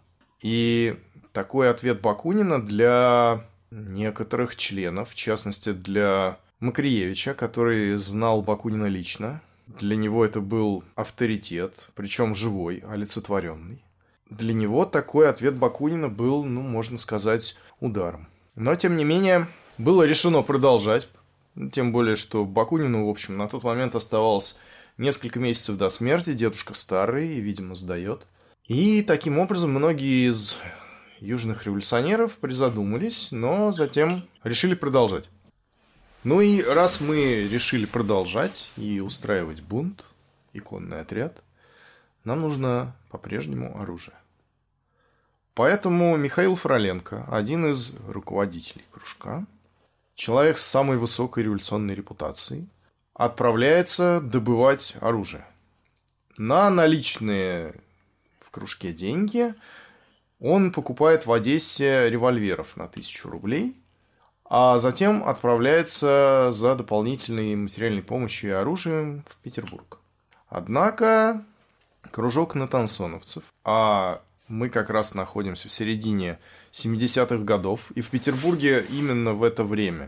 И такой ответ Бакунина для некоторых членов, в частности для Макриевича, который знал Бакунина лично. Для него это был авторитет, причем живой, олицетворенный. Для него такой ответ Бакунина был, можно сказать, ударом. Но, тем не менее, было решено продолжать. Тем более, что Бакунину, в общем, на тот момент оставалось несколько месяцев до смерти. Дедушка старый и, видимо, сдает. И таким образом многие из южных революционеров призадумались, но затем решили продолжать. И раз мы решили продолжать и устраивать бунт, и конный отряд, нам нужно по-прежнему оружие. Поэтому Михаил Фроленко, один из руководителей кружка, человек с самой высокой революционной репутацией, отправляется добывать оружие. На наличные в кружке деньги он покупает в Одессе револьверов на 1000 рублей, а затем отправляется за дополнительной материальной помощью и оружием в Петербург. Однако кружок натансоновцев, а мы как раз находимся в середине 70-х годов, и в Петербурге именно в это время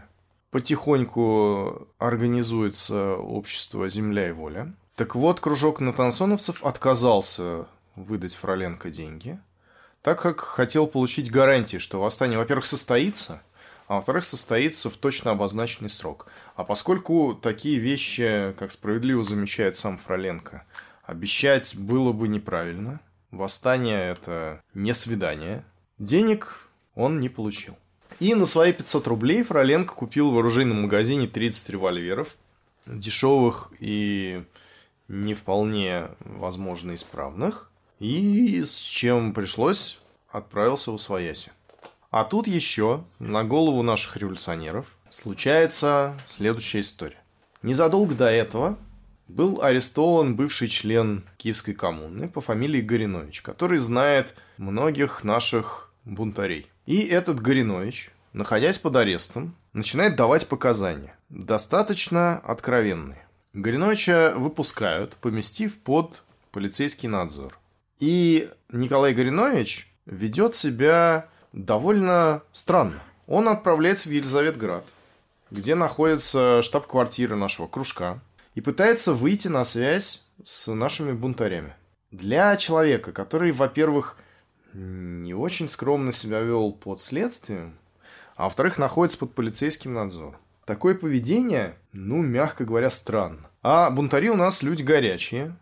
потихоньку организуется общество «Земля и воля». Так вот, кружок натансоновцев отказался выдать Фроленко деньги, так как хотел получить гарантии, что восстание, во-первых, состоится, а во-вторых, состоится в точно обозначенный срок. А поскольку такие вещи, как справедливо замечает сам Фроленко, обещать было бы неправильно, восстание – это не свидание, денег он не получил. И на свои 500 рублей Фроленко купил в оружейном магазине 30 револьверов, дешевых и не вполне, возможно, исправных, и с чем пришлось отправился в Освояси. А тут еще на голову наших революционеров случается следующая история. Незадолго до этого был арестован бывший член Киевской коммуны по фамилии Горинович, который знает многих наших бунтарей. И этот Горинович, находясь под арестом, начинает давать показания, достаточно откровенные. Гориновича выпускают, поместив под полицейский надзор. И Николай Горинович ведет себя довольно странно. Он отправляется в Елизаветград, где находится штаб-квартира нашего кружка, и пытается выйти на связь с нашими бунтарями. Для человека, который, во-первых, не очень скромно себя вел под следствием, а во-вторых, находится под полицейским надзором. Такое поведение, мягко говоря, странно. А бунтари у нас люди горячие.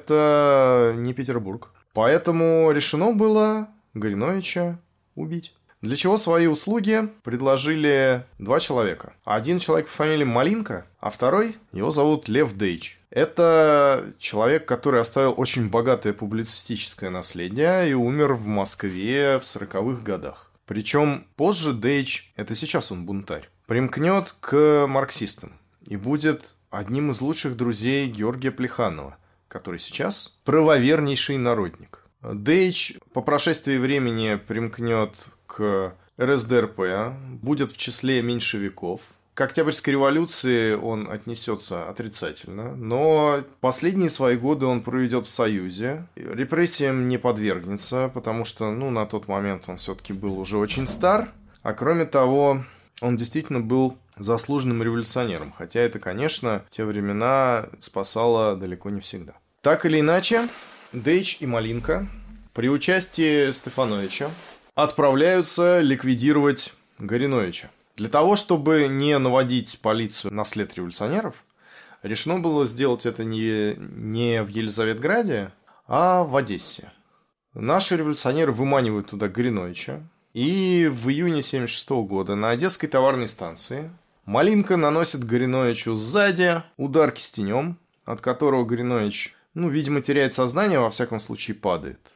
Это не Петербург. Поэтому решено было Гориновича убить. Для чего свои услуги предложили два человека. Один человек по фамилии Малинка, а второй, его зовут Лев Дейч. Это человек, который оставил очень богатое публицистическое наследие и умер в Москве в 40-х годах. Причем позже Дейч, это сейчас он бунтарь, примкнет к марксистам и будет одним из лучших друзей Георгия Плеханова, который сейчас правовернейший народник. Дейч по прошествии времени примкнет к РСДРП, будет в числе меньшевиков. К Октябрьской революции он отнесется отрицательно, но последние свои годы он проведет в Союзе. Репрессиям не подвергнется, потому что на тот момент он все-таки был уже очень стар. А кроме того, он действительно был заслуженным революционером, хотя это, конечно, в те времена спасало далеко не всегда. Так или иначе, Дейч и Малинка при участии Стефановича отправляются ликвидировать Гориновича. Для того, чтобы не наводить полицию на след революционеров, решено было сделать это не в Елизаветграде, а в Одессе. Наши революционеры выманивают туда Гориновича, и в июне 1976 года на Одесской товарной станции Малинка наносит Гориновичу сзади удар кистенем, от которого Горинович, видимо, теряет сознание, во всяком случае падает.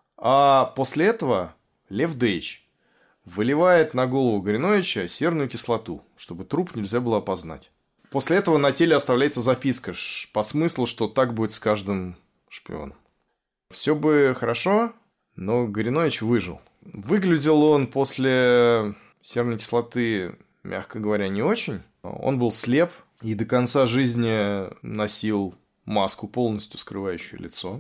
А после этого Лев Дейч выливает на голову Гориновича серную кислоту, чтобы труп нельзя было опознать. После этого на теле оставляется записка по смыслу, что так будет с каждым шпионом. Все бы хорошо, но Горинович выжил. Выглядел он после серной кислоты, мягко говоря, не очень. Он был слеп и до конца жизни носил маску, полностью скрывающую лицо.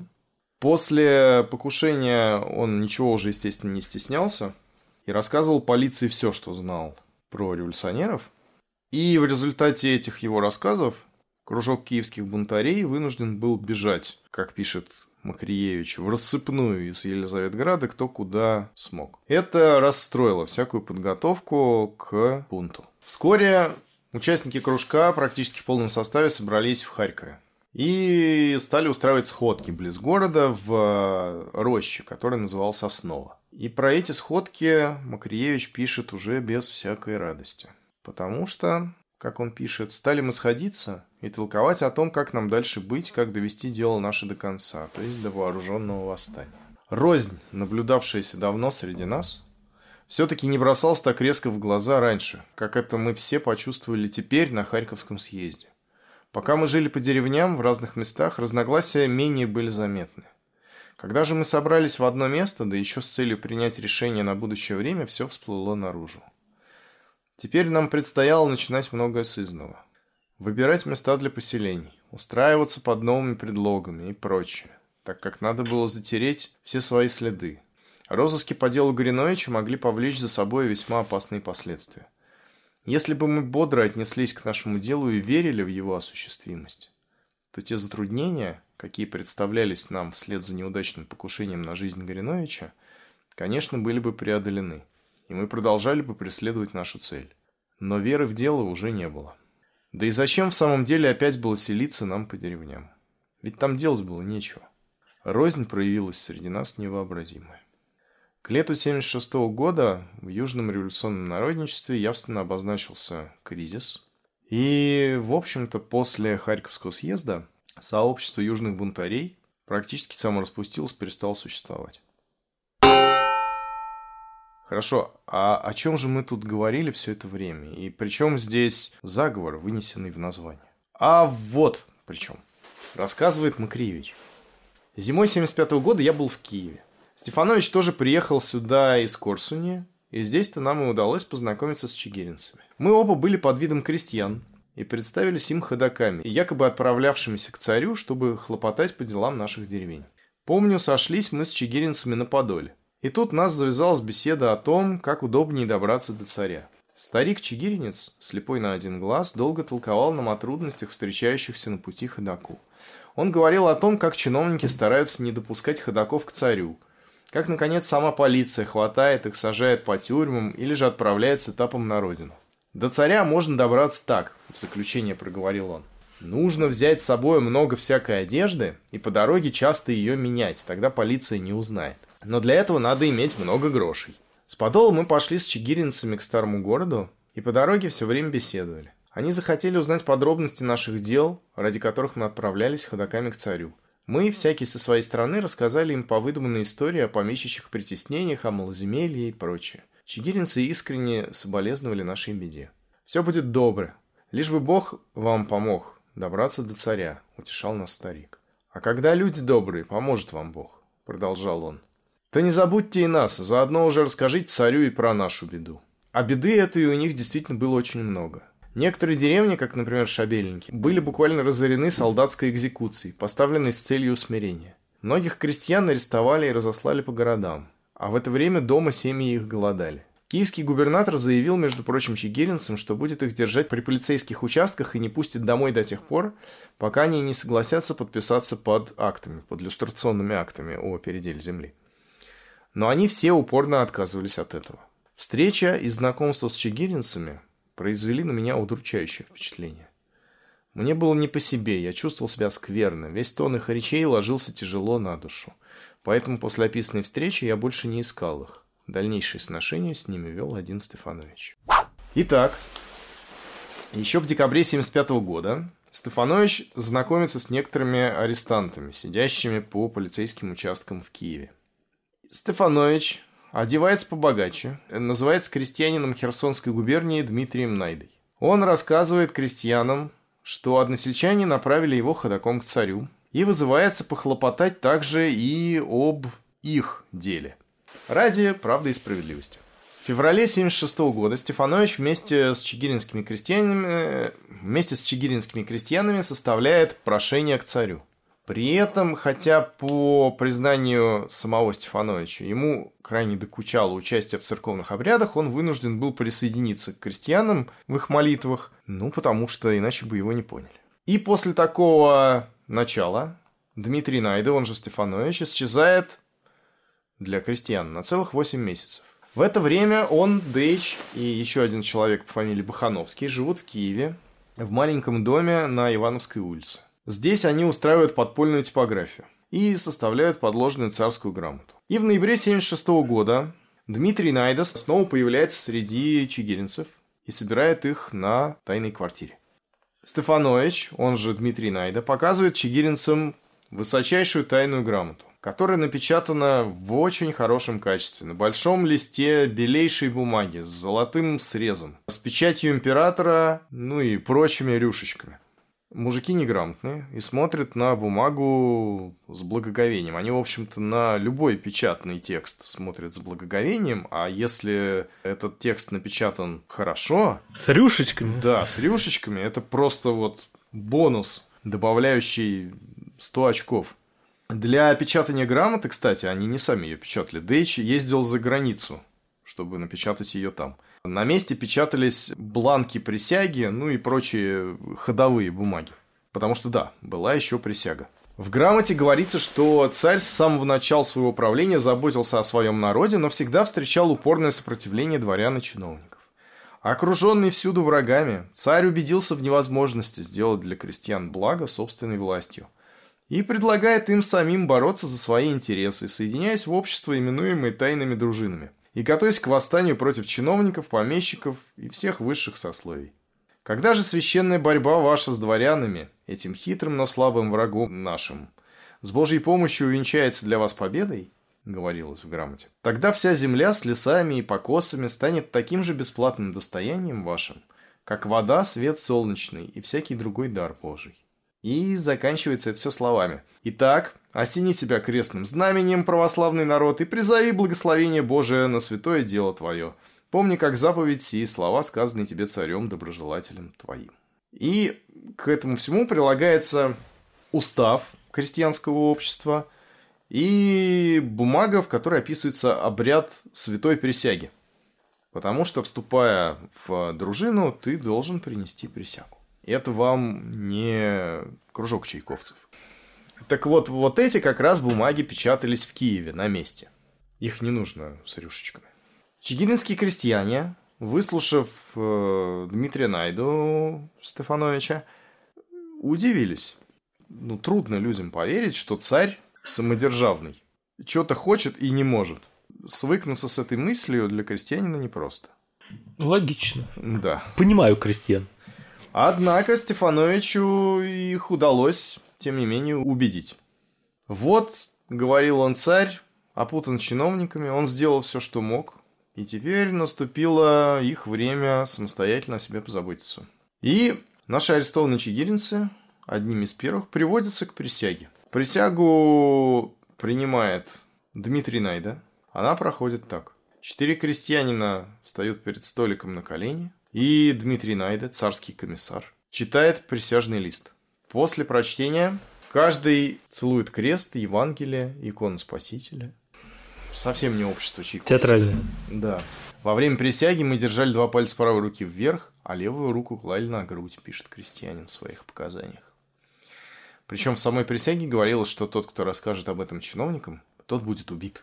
После покушения он ничего уже, естественно, не стеснялся и рассказывал полиции все, что знал про революционеров. И в результате этих его рассказов кружок киевских бунтарей вынужден был бежать, как пишет Макриевич, в рассыпную из Елизаветграда кто куда смог. Это расстроило всякую подготовку к бунту. Вскоре участники кружка практически в полном составе собрались в Харькове и стали устраивать сходки близ города в роще, который назывался Основа. И про эти сходки Макриевич пишет уже без всякой радости. Потому что, как он пишет, стали мы сходиться и толковать о том, как нам дальше быть, как довести дело наше до конца, то есть до вооруженного восстания. Рознь, наблюдавшаяся давно среди нас, все-таки не бросалась так резко в глаза раньше, как это мы все почувствовали теперь на Харьковском съезде. Пока мы жили по деревням в разных местах, разногласия менее были заметны. Когда же мы собрались в одно место, да еще с целью принять решение на будущее время, все всплыло наружу. Теперь нам предстояло начинать многое с изного. Выбирать места для поселений, устраиваться под новыми предлогами и прочее, так как надо было затереть все свои следы. Розыски по делу Гориновича могли повлечь за собой весьма опасные последствия. Если бы мы бодро отнеслись к нашему делу и верили в его осуществимость, то те затруднения, какие представлялись нам вслед за неудачным покушением на жизнь Гориновича, конечно, были бы преодолены, и мы продолжали бы преследовать нашу цель. Но веры в дело уже не было. Да и зачем в самом деле опять было селиться нам по деревням? Ведь там делать было нечего. Рознь проявилась среди нас невообразимая. К лету 1976 года в Южном революционном народничестве явственно обозначился кризис. И, в общем-то, после Харьковского съезда сообщество южных бунтарей практически самораспустилось, перестало существовать. Хорошо, а о чем же мы тут говорили все это время? И причем здесь заговор, вынесенный в название? А вот причем. Рассказывает Макриевич. Зимой 1975 года я был в Киеве. Стефанович тоже приехал сюда из Корсуни, и здесь-то нам и удалось познакомиться с чигиринцами. Мы оба были под видом крестьян и представились им ходоками, якобы отправлявшимися к царю, чтобы хлопотать по делам наших деревень. Помню, сошлись мы с чигиринцами на Подоле. И тут нас завязалась беседа о том, как удобнее добраться до царя. Старик-чигиринец, слепой на один глаз, долго толковал нам о трудностях, встречающихся на пути ходоку. Он говорил о том, как чиновники стараются не допускать ходоков к царю, как, наконец, сама полиция хватает их, сажает по тюрьмам или же отправляет с этапом на родину. До царя можно добраться так, в заключение проговорил он. Нужно взять с собой много всякой одежды и по дороге часто ее менять, тогда полиция не узнает. Но для этого надо иметь много грошей. С подола мы пошли с чигиринцами к старому городу и по дороге все время беседовали. Они захотели узнать подробности наших дел, ради которых мы отправлялись ходоками к царю. Мы, всякий со своей стороны, рассказали им повыдуманные истории о помещичьих притеснениях, о малоземелье и прочее. Чигиринцы искренне соболезновали нашей беде. «Все будет добро. Лишь бы Бог вам помог добраться до царя», — утешал нас старик. «А когда люди добрые, поможет вам Бог», — продолжал он. «Да не забудьте и нас, заодно уже расскажите царю и про нашу беду». А беды этой у них действительно было очень много. Некоторые деревни, как, например, Шабельники, были буквально разорены солдатской экзекуцией, поставленной с целью усмирения. Многих крестьян арестовали и разослали по городам, а в это время дома семьи их голодали. Киевский губернатор заявил, между прочим, чигиринцам, что будет их держать при полицейских участках и не пустит домой до тех пор, пока они не согласятся подписаться под люстрационными актами о переделе земли. Но они все упорно отказывались от этого. Встреча и знакомство с чигиринцами произвели на меня удручающее впечатление. Мне было не по себе, я чувствовал себя скверно, весь тон их речей ложился тяжело на душу. Поэтому после описанной встречи я больше не искал их. Дальнейшие сношения с ними вел один Стефанович. Итак, еще в декабре 1975 года Стефанович знакомится с некоторыми арестантами, сидящими по полицейским участкам в Киеве. Стефанович одевается побогаче, называется крестьянином Херсонской губернии Дмитрием Найдой. Он рассказывает крестьянам, что односельчане направили его ходоком к царю, и вызывается похлопотать также и об их деле. Ради правды и справедливости. В феврале 1976 года Стефанович вместе с чигиринскими крестьянами составляет прошение к царю. При этом, хотя по признанию самого Стефановича ему крайне докучало участие в церковных обрядах, он вынужден был присоединиться к крестьянам в их молитвах, потому что иначе бы его не поняли. И после такого начала Дмитрий Найда, он же Стефанович, исчезает для крестьян на целых 8 месяцев. В это время он, Дейч и еще один человек по фамилии Бахановский живут в Киеве в маленьком доме на Ивановской улице. Здесь они устраивают подпольную типографию и составляют подложную царскую грамоту. И в ноябре 1976 года Дмитрий Найда снова появляется среди чигиринцев и собирает их на тайной квартире. Стефанович, он же Дмитрий Найда, показывает чигиринцам высочайшую тайную грамоту, которая напечатана в очень хорошем качестве, на большом листе белейшей бумаги с золотым срезом, с печатью императора, и прочими рюшечками. Мужики неграмотные и смотрят на бумагу с благоговением. Они, в общем-то, на любой печатный текст смотрят с благоговением, а если этот текст напечатан хорошо... С рюшечками? Да, с рюшечками. Это просто бонус, добавляющий 100 очков. Для печатания грамоты, кстати, они не сами ее печатали. Дейч ездил за границу, чтобы напечатать ее там. На месте печатались бланки присяги, и прочие ходовые бумаги. Потому что, да, была еще присяга. В грамоте говорится, что царь с самого начала своего правления заботился о своем народе, но всегда встречал упорное сопротивление дворян и чиновников. Окруженный всюду врагами, царь убедился в невозможности сделать для крестьян благо собственной властью и предлагает им самим бороться за свои интересы, соединяясь в общество, именуемое тайными дружинами, и готовясь к восстанию против чиновников, помещиков и всех высших сословий. Когда же священная борьба ваша с дворянами, этим хитрым, но слабым врагом нашим, с Божьей помощью увенчается для вас победой, говорилось в грамоте, тогда вся земля с лесами и покосами станет таким же бесплатным достоянием вашим, как вода, свет солнечный и всякий другой дар Божий. И заканчивается это все словами. Итак, осени себя крестным знаменем, православный народ, и призови благословение Божие на святое дело твое. Помни, как заповедь сии слова, сказанные тебе царем, доброжелателем твоим. И к этому всему прилагается устав крестьянского общества и бумага, в которой описывается обряд святой присяги. Потому что, вступая в дружину, ты должен принести присягу. Это вам не кружок чайковцев. Так вот эти как раз бумаги печатались в Киеве на месте. Их не нужно с рюшечками. Чигиринские крестьяне, выслушав Дмитрия Найду Стефановича, удивились. Трудно людям поверить, что царь самодержавный. Что-то хочет и не может. Свыкнуться с этой мыслью для крестьянина непросто. Логично. Да. Понимаю крестьян. Однако Стефановичу их удалось, тем не менее, убедить. Вот, говорил он, царь, опутан чиновниками, он сделал все, что мог, и теперь наступило их время самостоятельно о себе позаботиться. И наши арестованные чигиринцы, одними из первых, приводятся к присяге. Присягу принимает Дмитрий Найда. Она проходит так. 4 крестьянина встают перед столиком на колени, и Дмитрий Найда, царский комиссар, читает присяжный лист. После прочтения каждый целует крест, Евангелие, икону Спасителя. Совсем не общество чайковских. Театральное. Да. Во время присяги мы держали 2 пальца правой руки вверх, а левую руку клали на грудь, пишет крестьянин в своих показаниях. Причем в самой присяге говорилось, что тот, кто расскажет об этом чиновникам, тот будет убит.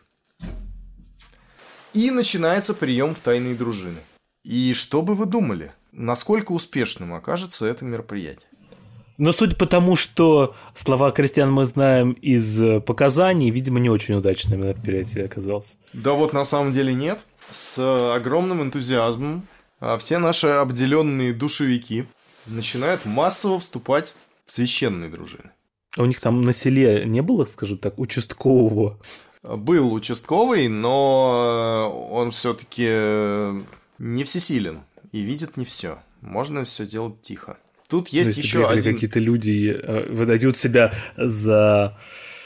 И начинается прием в тайные дружины. И что бы вы думали, насколько успешным окажется это мероприятие? Но судя по тому, что слова крестьян мы знаем из показаний, видимо, не очень удачным мероприятие оказалось. Да вот на самом деле нет. С огромным энтузиазмом все наши обделенные душевики начинают массово вступать в священные дружины. А у них там на селе не было, скажем так, участкового? Был участковый, но он все-таки не всесилен и видит не все. Можно все делать тихо. Тут есть еще один... какие-то люди выдают себя за...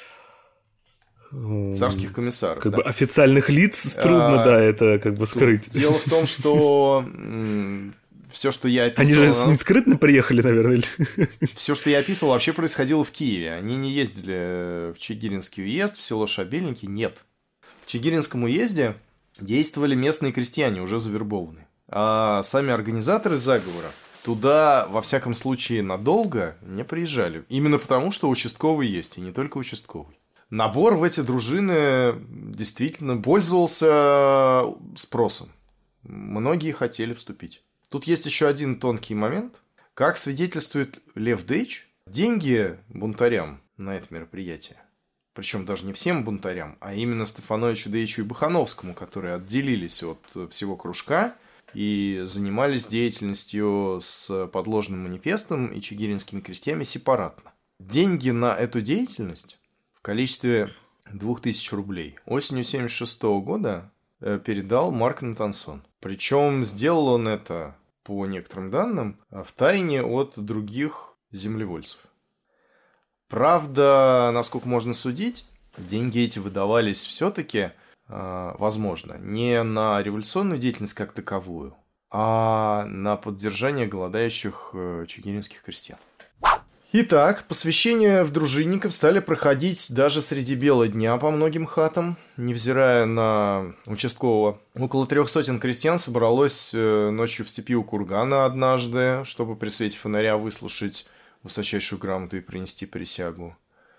царских комиссаров. Как бы официальных лиц трудно, это как бы скрыть. Дело в том, что все, что я описывал... Они же не скрытно приехали, наверное. Все, что я описывал, вообще происходило в Киеве. Они не ездили в Чигиринский уезд, в село Шабельники, нет. В Чигиринском уезде действовали местные крестьяне, уже завербованные. А сами организаторы заговора туда, во всяком случае, надолго не приезжали. Именно потому, что участковый есть, и не только участковый. Набор в эти дружины действительно пользовался спросом. Многие хотели вступить. Тут есть еще один тонкий момент. Как свидетельствует Лев Дейч, деньги бунтарям на это мероприятие, причем даже не всем бунтарям, а именно Стефановичу, Дейчу и Бахановскому, которые отделились от всего кружка и занимались деятельностью с подложным манифестом и чигиринскими крестьянами сепаратно. Деньги на эту деятельность в количестве 2000 рублей осенью 1976 года передал Марк Натансон. Причем сделал он это, по некоторым данным, втайне от других землевольцев. Правда, насколько можно судить, деньги эти выдавались все-таки, возможно, не на революционную деятельность как таковую, а на поддержание голодающих чигиринских крестьян. Итак, посвящения в дружинников стали проходить даже среди бела дня по многим хатам, невзирая на участкового. Около 300 крестьян собралось ночью в степи у кургана однажды, чтобы при свете фонаря выслушать высочайшую грамоту и принести присягу.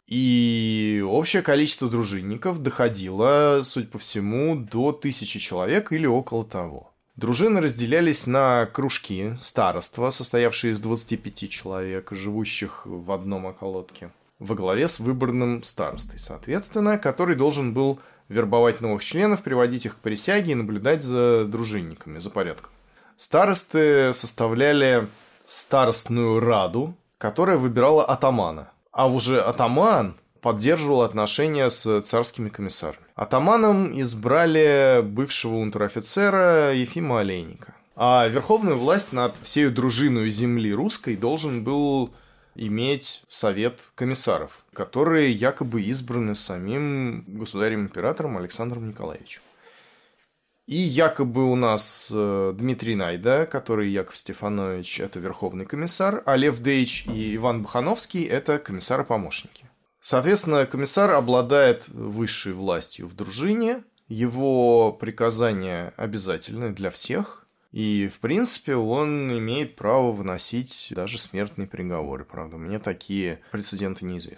И общее количество дружинников доходило, судя по всему, до 1000 человек или около того. Дружины разделялись на кружки, староства, состоявшие из 25 человек, живущих в одном околотке, во главе с выборным старостой, соответственно, который должен был вербовать новых членов, приводить их к присяге и наблюдать за дружинниками, за порядком. Старосты составляли старостную раду, которая выбирала атамана, а уже атаман поддерживал отношения с царскими комиссарами. Атаманом избрали бывшего унтер-офицера Ефима Олейника. А верховную власть над всей дружиной земли русской должен был иметь совет комиссаров, которые якобы избраны самим государем-императором Александром Николаевичем. И якобы у нас Дмитрий Найда, который Яков Стефанович, это верховный комиссар, а Лев Дейч и Иван Бахановский – это комиссары-помощники. Соответственно, комиссар обладает высшей властью в дружине, его приказания обязательны для всех, и, в принципе, он имеет право выносить даже смертные приговоры. Правда, мне такие прецеденты неизвестны.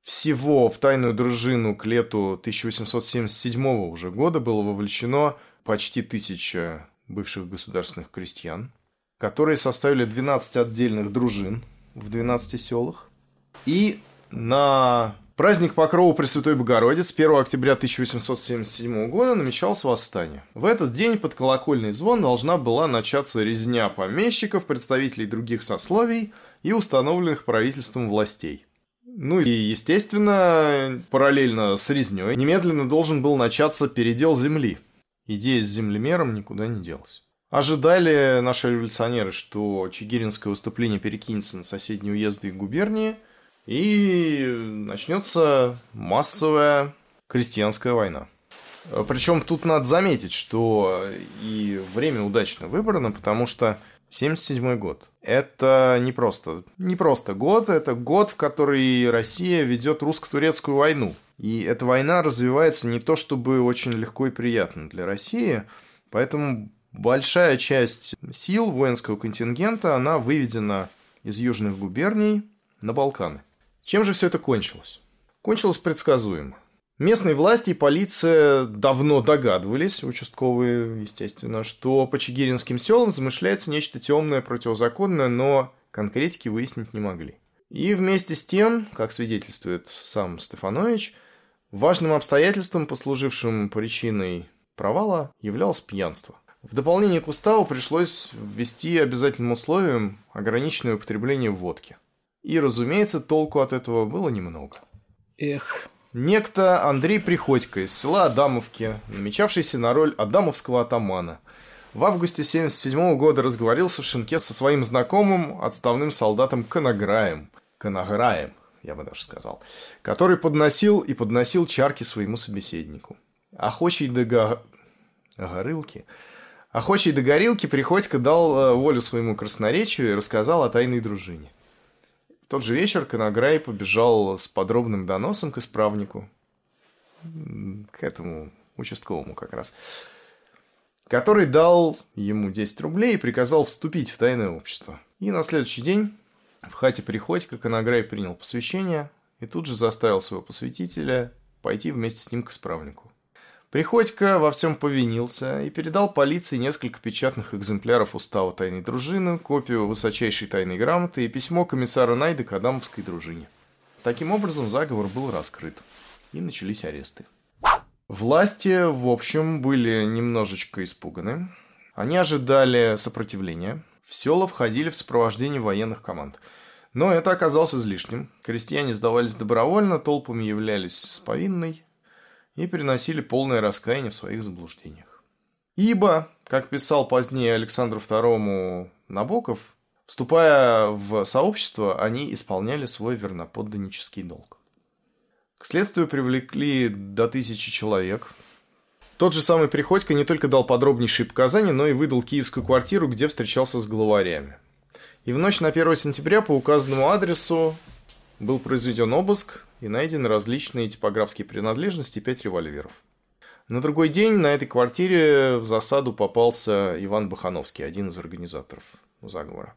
Всего в тайную дружину к лету 1877 уже года было вовлечено почти 1000 бывших государственных крестьян, которые составили 12 отдельных дружин в 12 селах. И на праздник Покрова Пресвятой Богородицы 1 октября 1877 года намечалось восстание. В этот день под колокольный звон должна была начаться резня помещиков, представителей других сословий и установленных правительством властей. Ну и, естественно, параллельно с резнёй немедленно должен был начаться передел земли. Идея с землемером никуда не делась. Ожидали наши революционеры, что чигиринское выступление перекинется на соседние уезды и губернии, и начнется массовая крестьянская война. Причем тут надо заметить, что и время удачно выбрано, потому что 1977 год. Это не просто год, это год, в который Россия ведет русско-турецкую войну. И эта война развивается не то чтобы очень легко и приятно для России, поэтому большая часть сил воинского контингента, она выведена из южных губерний на Балканы. Чем же все это кончилось? Кончилось предсказуемо. Местные власти и полиция давно догадывались, участковые, естественно, что по чигиринским селам замышляется нечто темное, противозаконное, но конкретики выяснить не могли. И вместе с тем, как свидетельствует сам Стефанович, важным обстоятельством, послужившим причиной провала, являлось пьянство. В дополнение к уставу пришлось ввести обязательным условием ограниченное употребление водки. И, разумеется, толку от этого было немного. Некто Андрей Приходько из села Адамовки, намечавшийся на роль адамовского атамана, в августе 1977 года разговорился в шинке со своим знакомым, отставным солдатом Конограем, я бы даже сказал, который подносил чарки своему собеседнику. Охочий до горилки Приходько дал волю своему красноречию и рассказал о тайной дружине. В тот же вечер Конограй побежал с подробным доносом к исправнику, к этому участковому как раз, который дал ему 10 рублей и приказал вступить в тайное общество. И на следующий день в хате Приходько Конограй принял посвящение и тут же заставил своего посвятителя пойти вместе с ним к исправнику. Приходько во всем повинился и передал полиции несколько печатных экземпляров устава тайной дружины, копию высочайшей тайной грамоты и письмо комиссара Найда к адамовской дружине. Таким образом, заговор был раскрыт, и начались аресты. Власти, в общем, были немножечко испуганы. Они ожидали сопротивления. В села входили в сопровождении военных команд. Но это оказалось излишним. Крестьяне сдавались добровольно, толпами являлись с повинной и приносили полное раскаяние в своих заблуждениях. Ибо, как писал позднее Александру II Набоков, вступая в сообщество, они исполняли свой верноподданнический долг. К следствию привлекли до 1000 человек. Тот же самый Приходько не только дал подробнейшие показания, но и выдал киевскую квартиру, где встречался с главарями. И в ночь на 1 сентября по указанному адресу был произведен обыск и найдены различные типографские принадлежности и 5 револьверов. На другой день на этой квартире в засаду попался Иван Бахановский, один из организаторов заговора.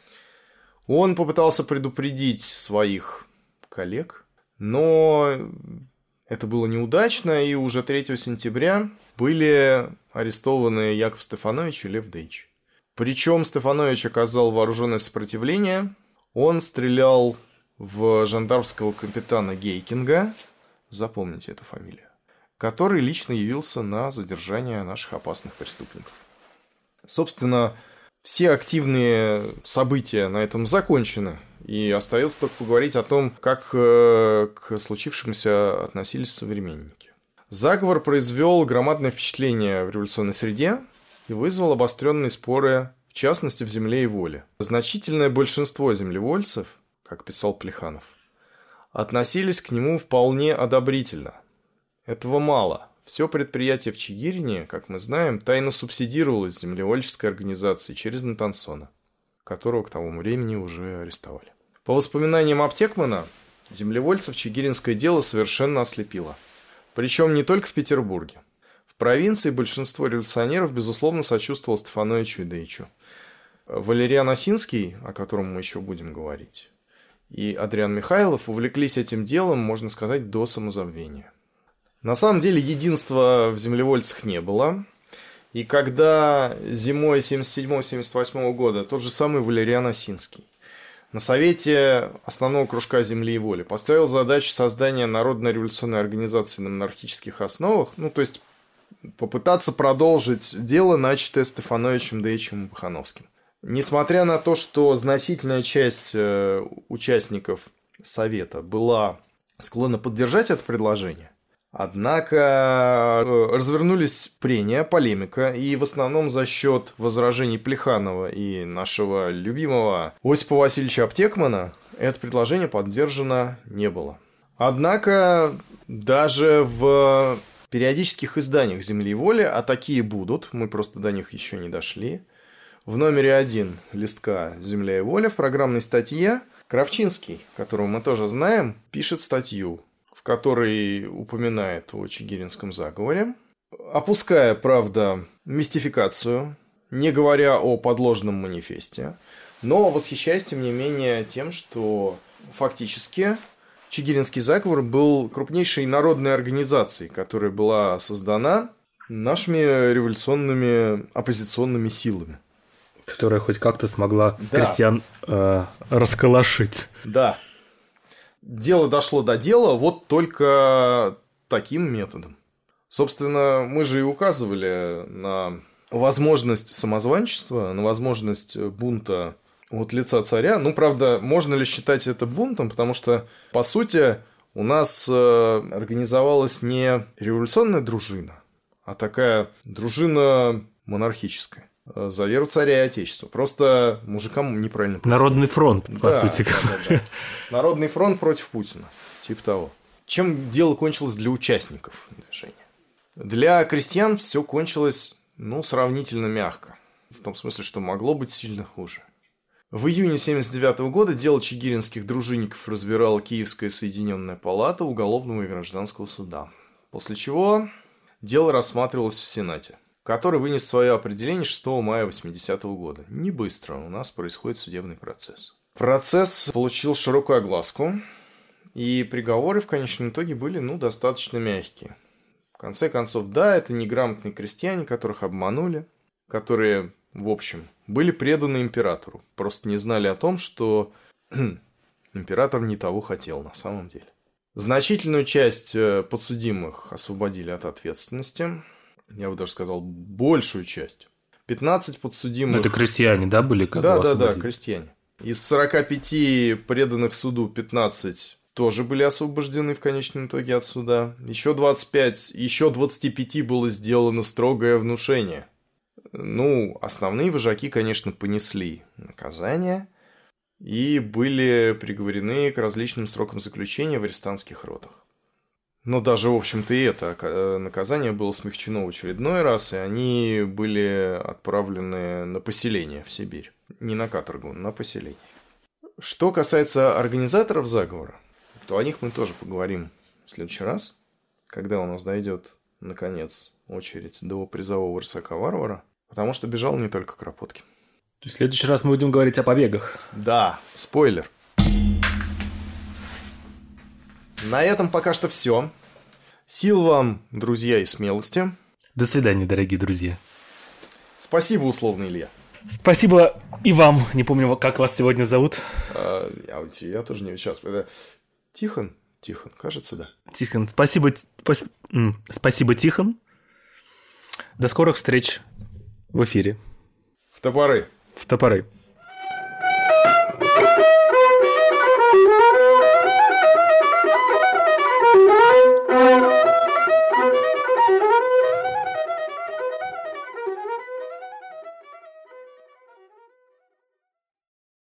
Он попытался предупредить своих коллег, но это было неудачно, и уже 3 сентября были арестованы Яков Стефанович и Лев Дейч. Причем Стефанович оказал вооруженное сопротивление, он стрелял в жандармского капитана Гейкинга, запомните эту фамилию, который лично явился на задержание наших опасных преступников. Собственно, все активные события на этом закончены, и остается только поговорить о том, как к случившемуся относились современники. Заговор произвел громадное впечатление в революционной среде и вызвал обостренные споры, в частности, в «Земле и воле». Значительное большинство землевольцев, как писал Плеханов, относились к нему вполне одобрительно. Этого мало. Все предприятие в Чигирине, как мы знаем, тайно субсидировалось землевольческой организацией через Натансона, которого к тому времени уже арестовали. По воспоминаниям Аптекмана, землевольцев чигиринское дело совершенно ослепило. Причем не только в Петербурге. В провинции большинство революционеров, безусловно, сочувствовало Стефановичу и Дейчу. Валериан Осинский, о котором мы еще будем говорить, и Адриан Михайлов увлеклись этим делом, можно сказать, до самозабвения. На самом деле единства в землевольцах не было. И когда зимой 1977-1978 года тот же самый Валериан Осинский на совете основного кружка «Земли и воли» поставил задачу создания народно-революционной организации на монархических основах, то есть попытаться продолжить дело, начатое Стефановичем, Дейичем и Бахановским. Несмотря на то, что значительная часть участников совета была склонна поддержать это предложение, однако развернулись прения, полемика, и в основном за счет возражений Плеханова и нашего любимого Осипа Васильевича Аптекмана это предложение поддержано не было. Однако даже в периодических изданиях «Земли и воли», а такие будут, мы просто до них еще не дошли, в номере 1 листка «Земля и воля» в программной статье Кравчинский, которого мы тоже знаем, пишет статью, в которой упоминает о Чигиринском заговоре, опуская, правда, мистификацию, не говоря о подложном манифесте, но восхищаясь, тем не менее, тем, что фактически Чигиринский заговор был крупнейшей народной организацией, которая была создана нашими революционными оппозиционными силами. Которая хоть как-то смогла крестьян расколошить. Да. Дело дошло до дела вот только таким методом. Собственно, мы же и указывали на возможность самозванчества, на возможность бунта от лица царя. Правда, можно ли считать это бунтом? Потому что, по сути, у нас организовалась не революционная дружина, а такая дружина монархическая. За веру царя и отечества. Просто мужикам неправильно пояснили. Народный фронт, по сути. Да. Народный фронт против Путина. Типа того. Чем дело кончилось для участников движения? Для крестьян все кончилось, сравнительно мягко. В том смысле, что могло быть сильно хуже. В июне 1979 года дело чигиринских дружинников разбирала Киевская соединенная палата уголовного и гражданского суда. После чего дело рассматривалось в Сенате, который вынес свое определение 6 мая 1980 года. Не быстро у нас происходит судебный процесс. Процесс получил широкую огласку, и приговоры в конечном итоге были, достаточно мягкие. В конце концов, да, это неграмотные крестьяне, которых обманули, которые, в общем, были преданы императору, просто не знали о том, что император не того хотел на самом деле. Значительную часть подсудимых освободили от ответственности. Я бы даже сказал, большую часть. 15 подсудимых... Это крестьяне, да, были? Да, крестьяне. Из 45 преданных суду 15 тоже были освобождены в конечном итоге от суда. Еще 25 было сделано строгое внушение. Основные вожаки, конечно, понесли наказание и были приговорены к различным срокам заключения в арестантских ротах. Но даже, в общем-то, и это наказание было смягчено в очередной раз, и они были отправлены на поселение в Сибирь. Не на каторгу, на поселение. Что касается организаторов заговора, то о них мы тоже поговорим в следующий раз, когда у нас дойдет, наконец, очередь до призового рысака-варвара, потому что бежал не только Кропоткин. То есть в следующий раз мы будем говорить о побегах. Да, спойлер. На этом пока что все. Сил вам, друзья, и смелости. До свидания, дорогие друзья. Спасибо, условно, Илья. Спасибо и вам. Не помню, как вас сегодня зовут. Я тоже не сейчас. Тихон, кажется, да. Тихон, спасибо, Тихон. До скорых встреч в эфире. В топоры.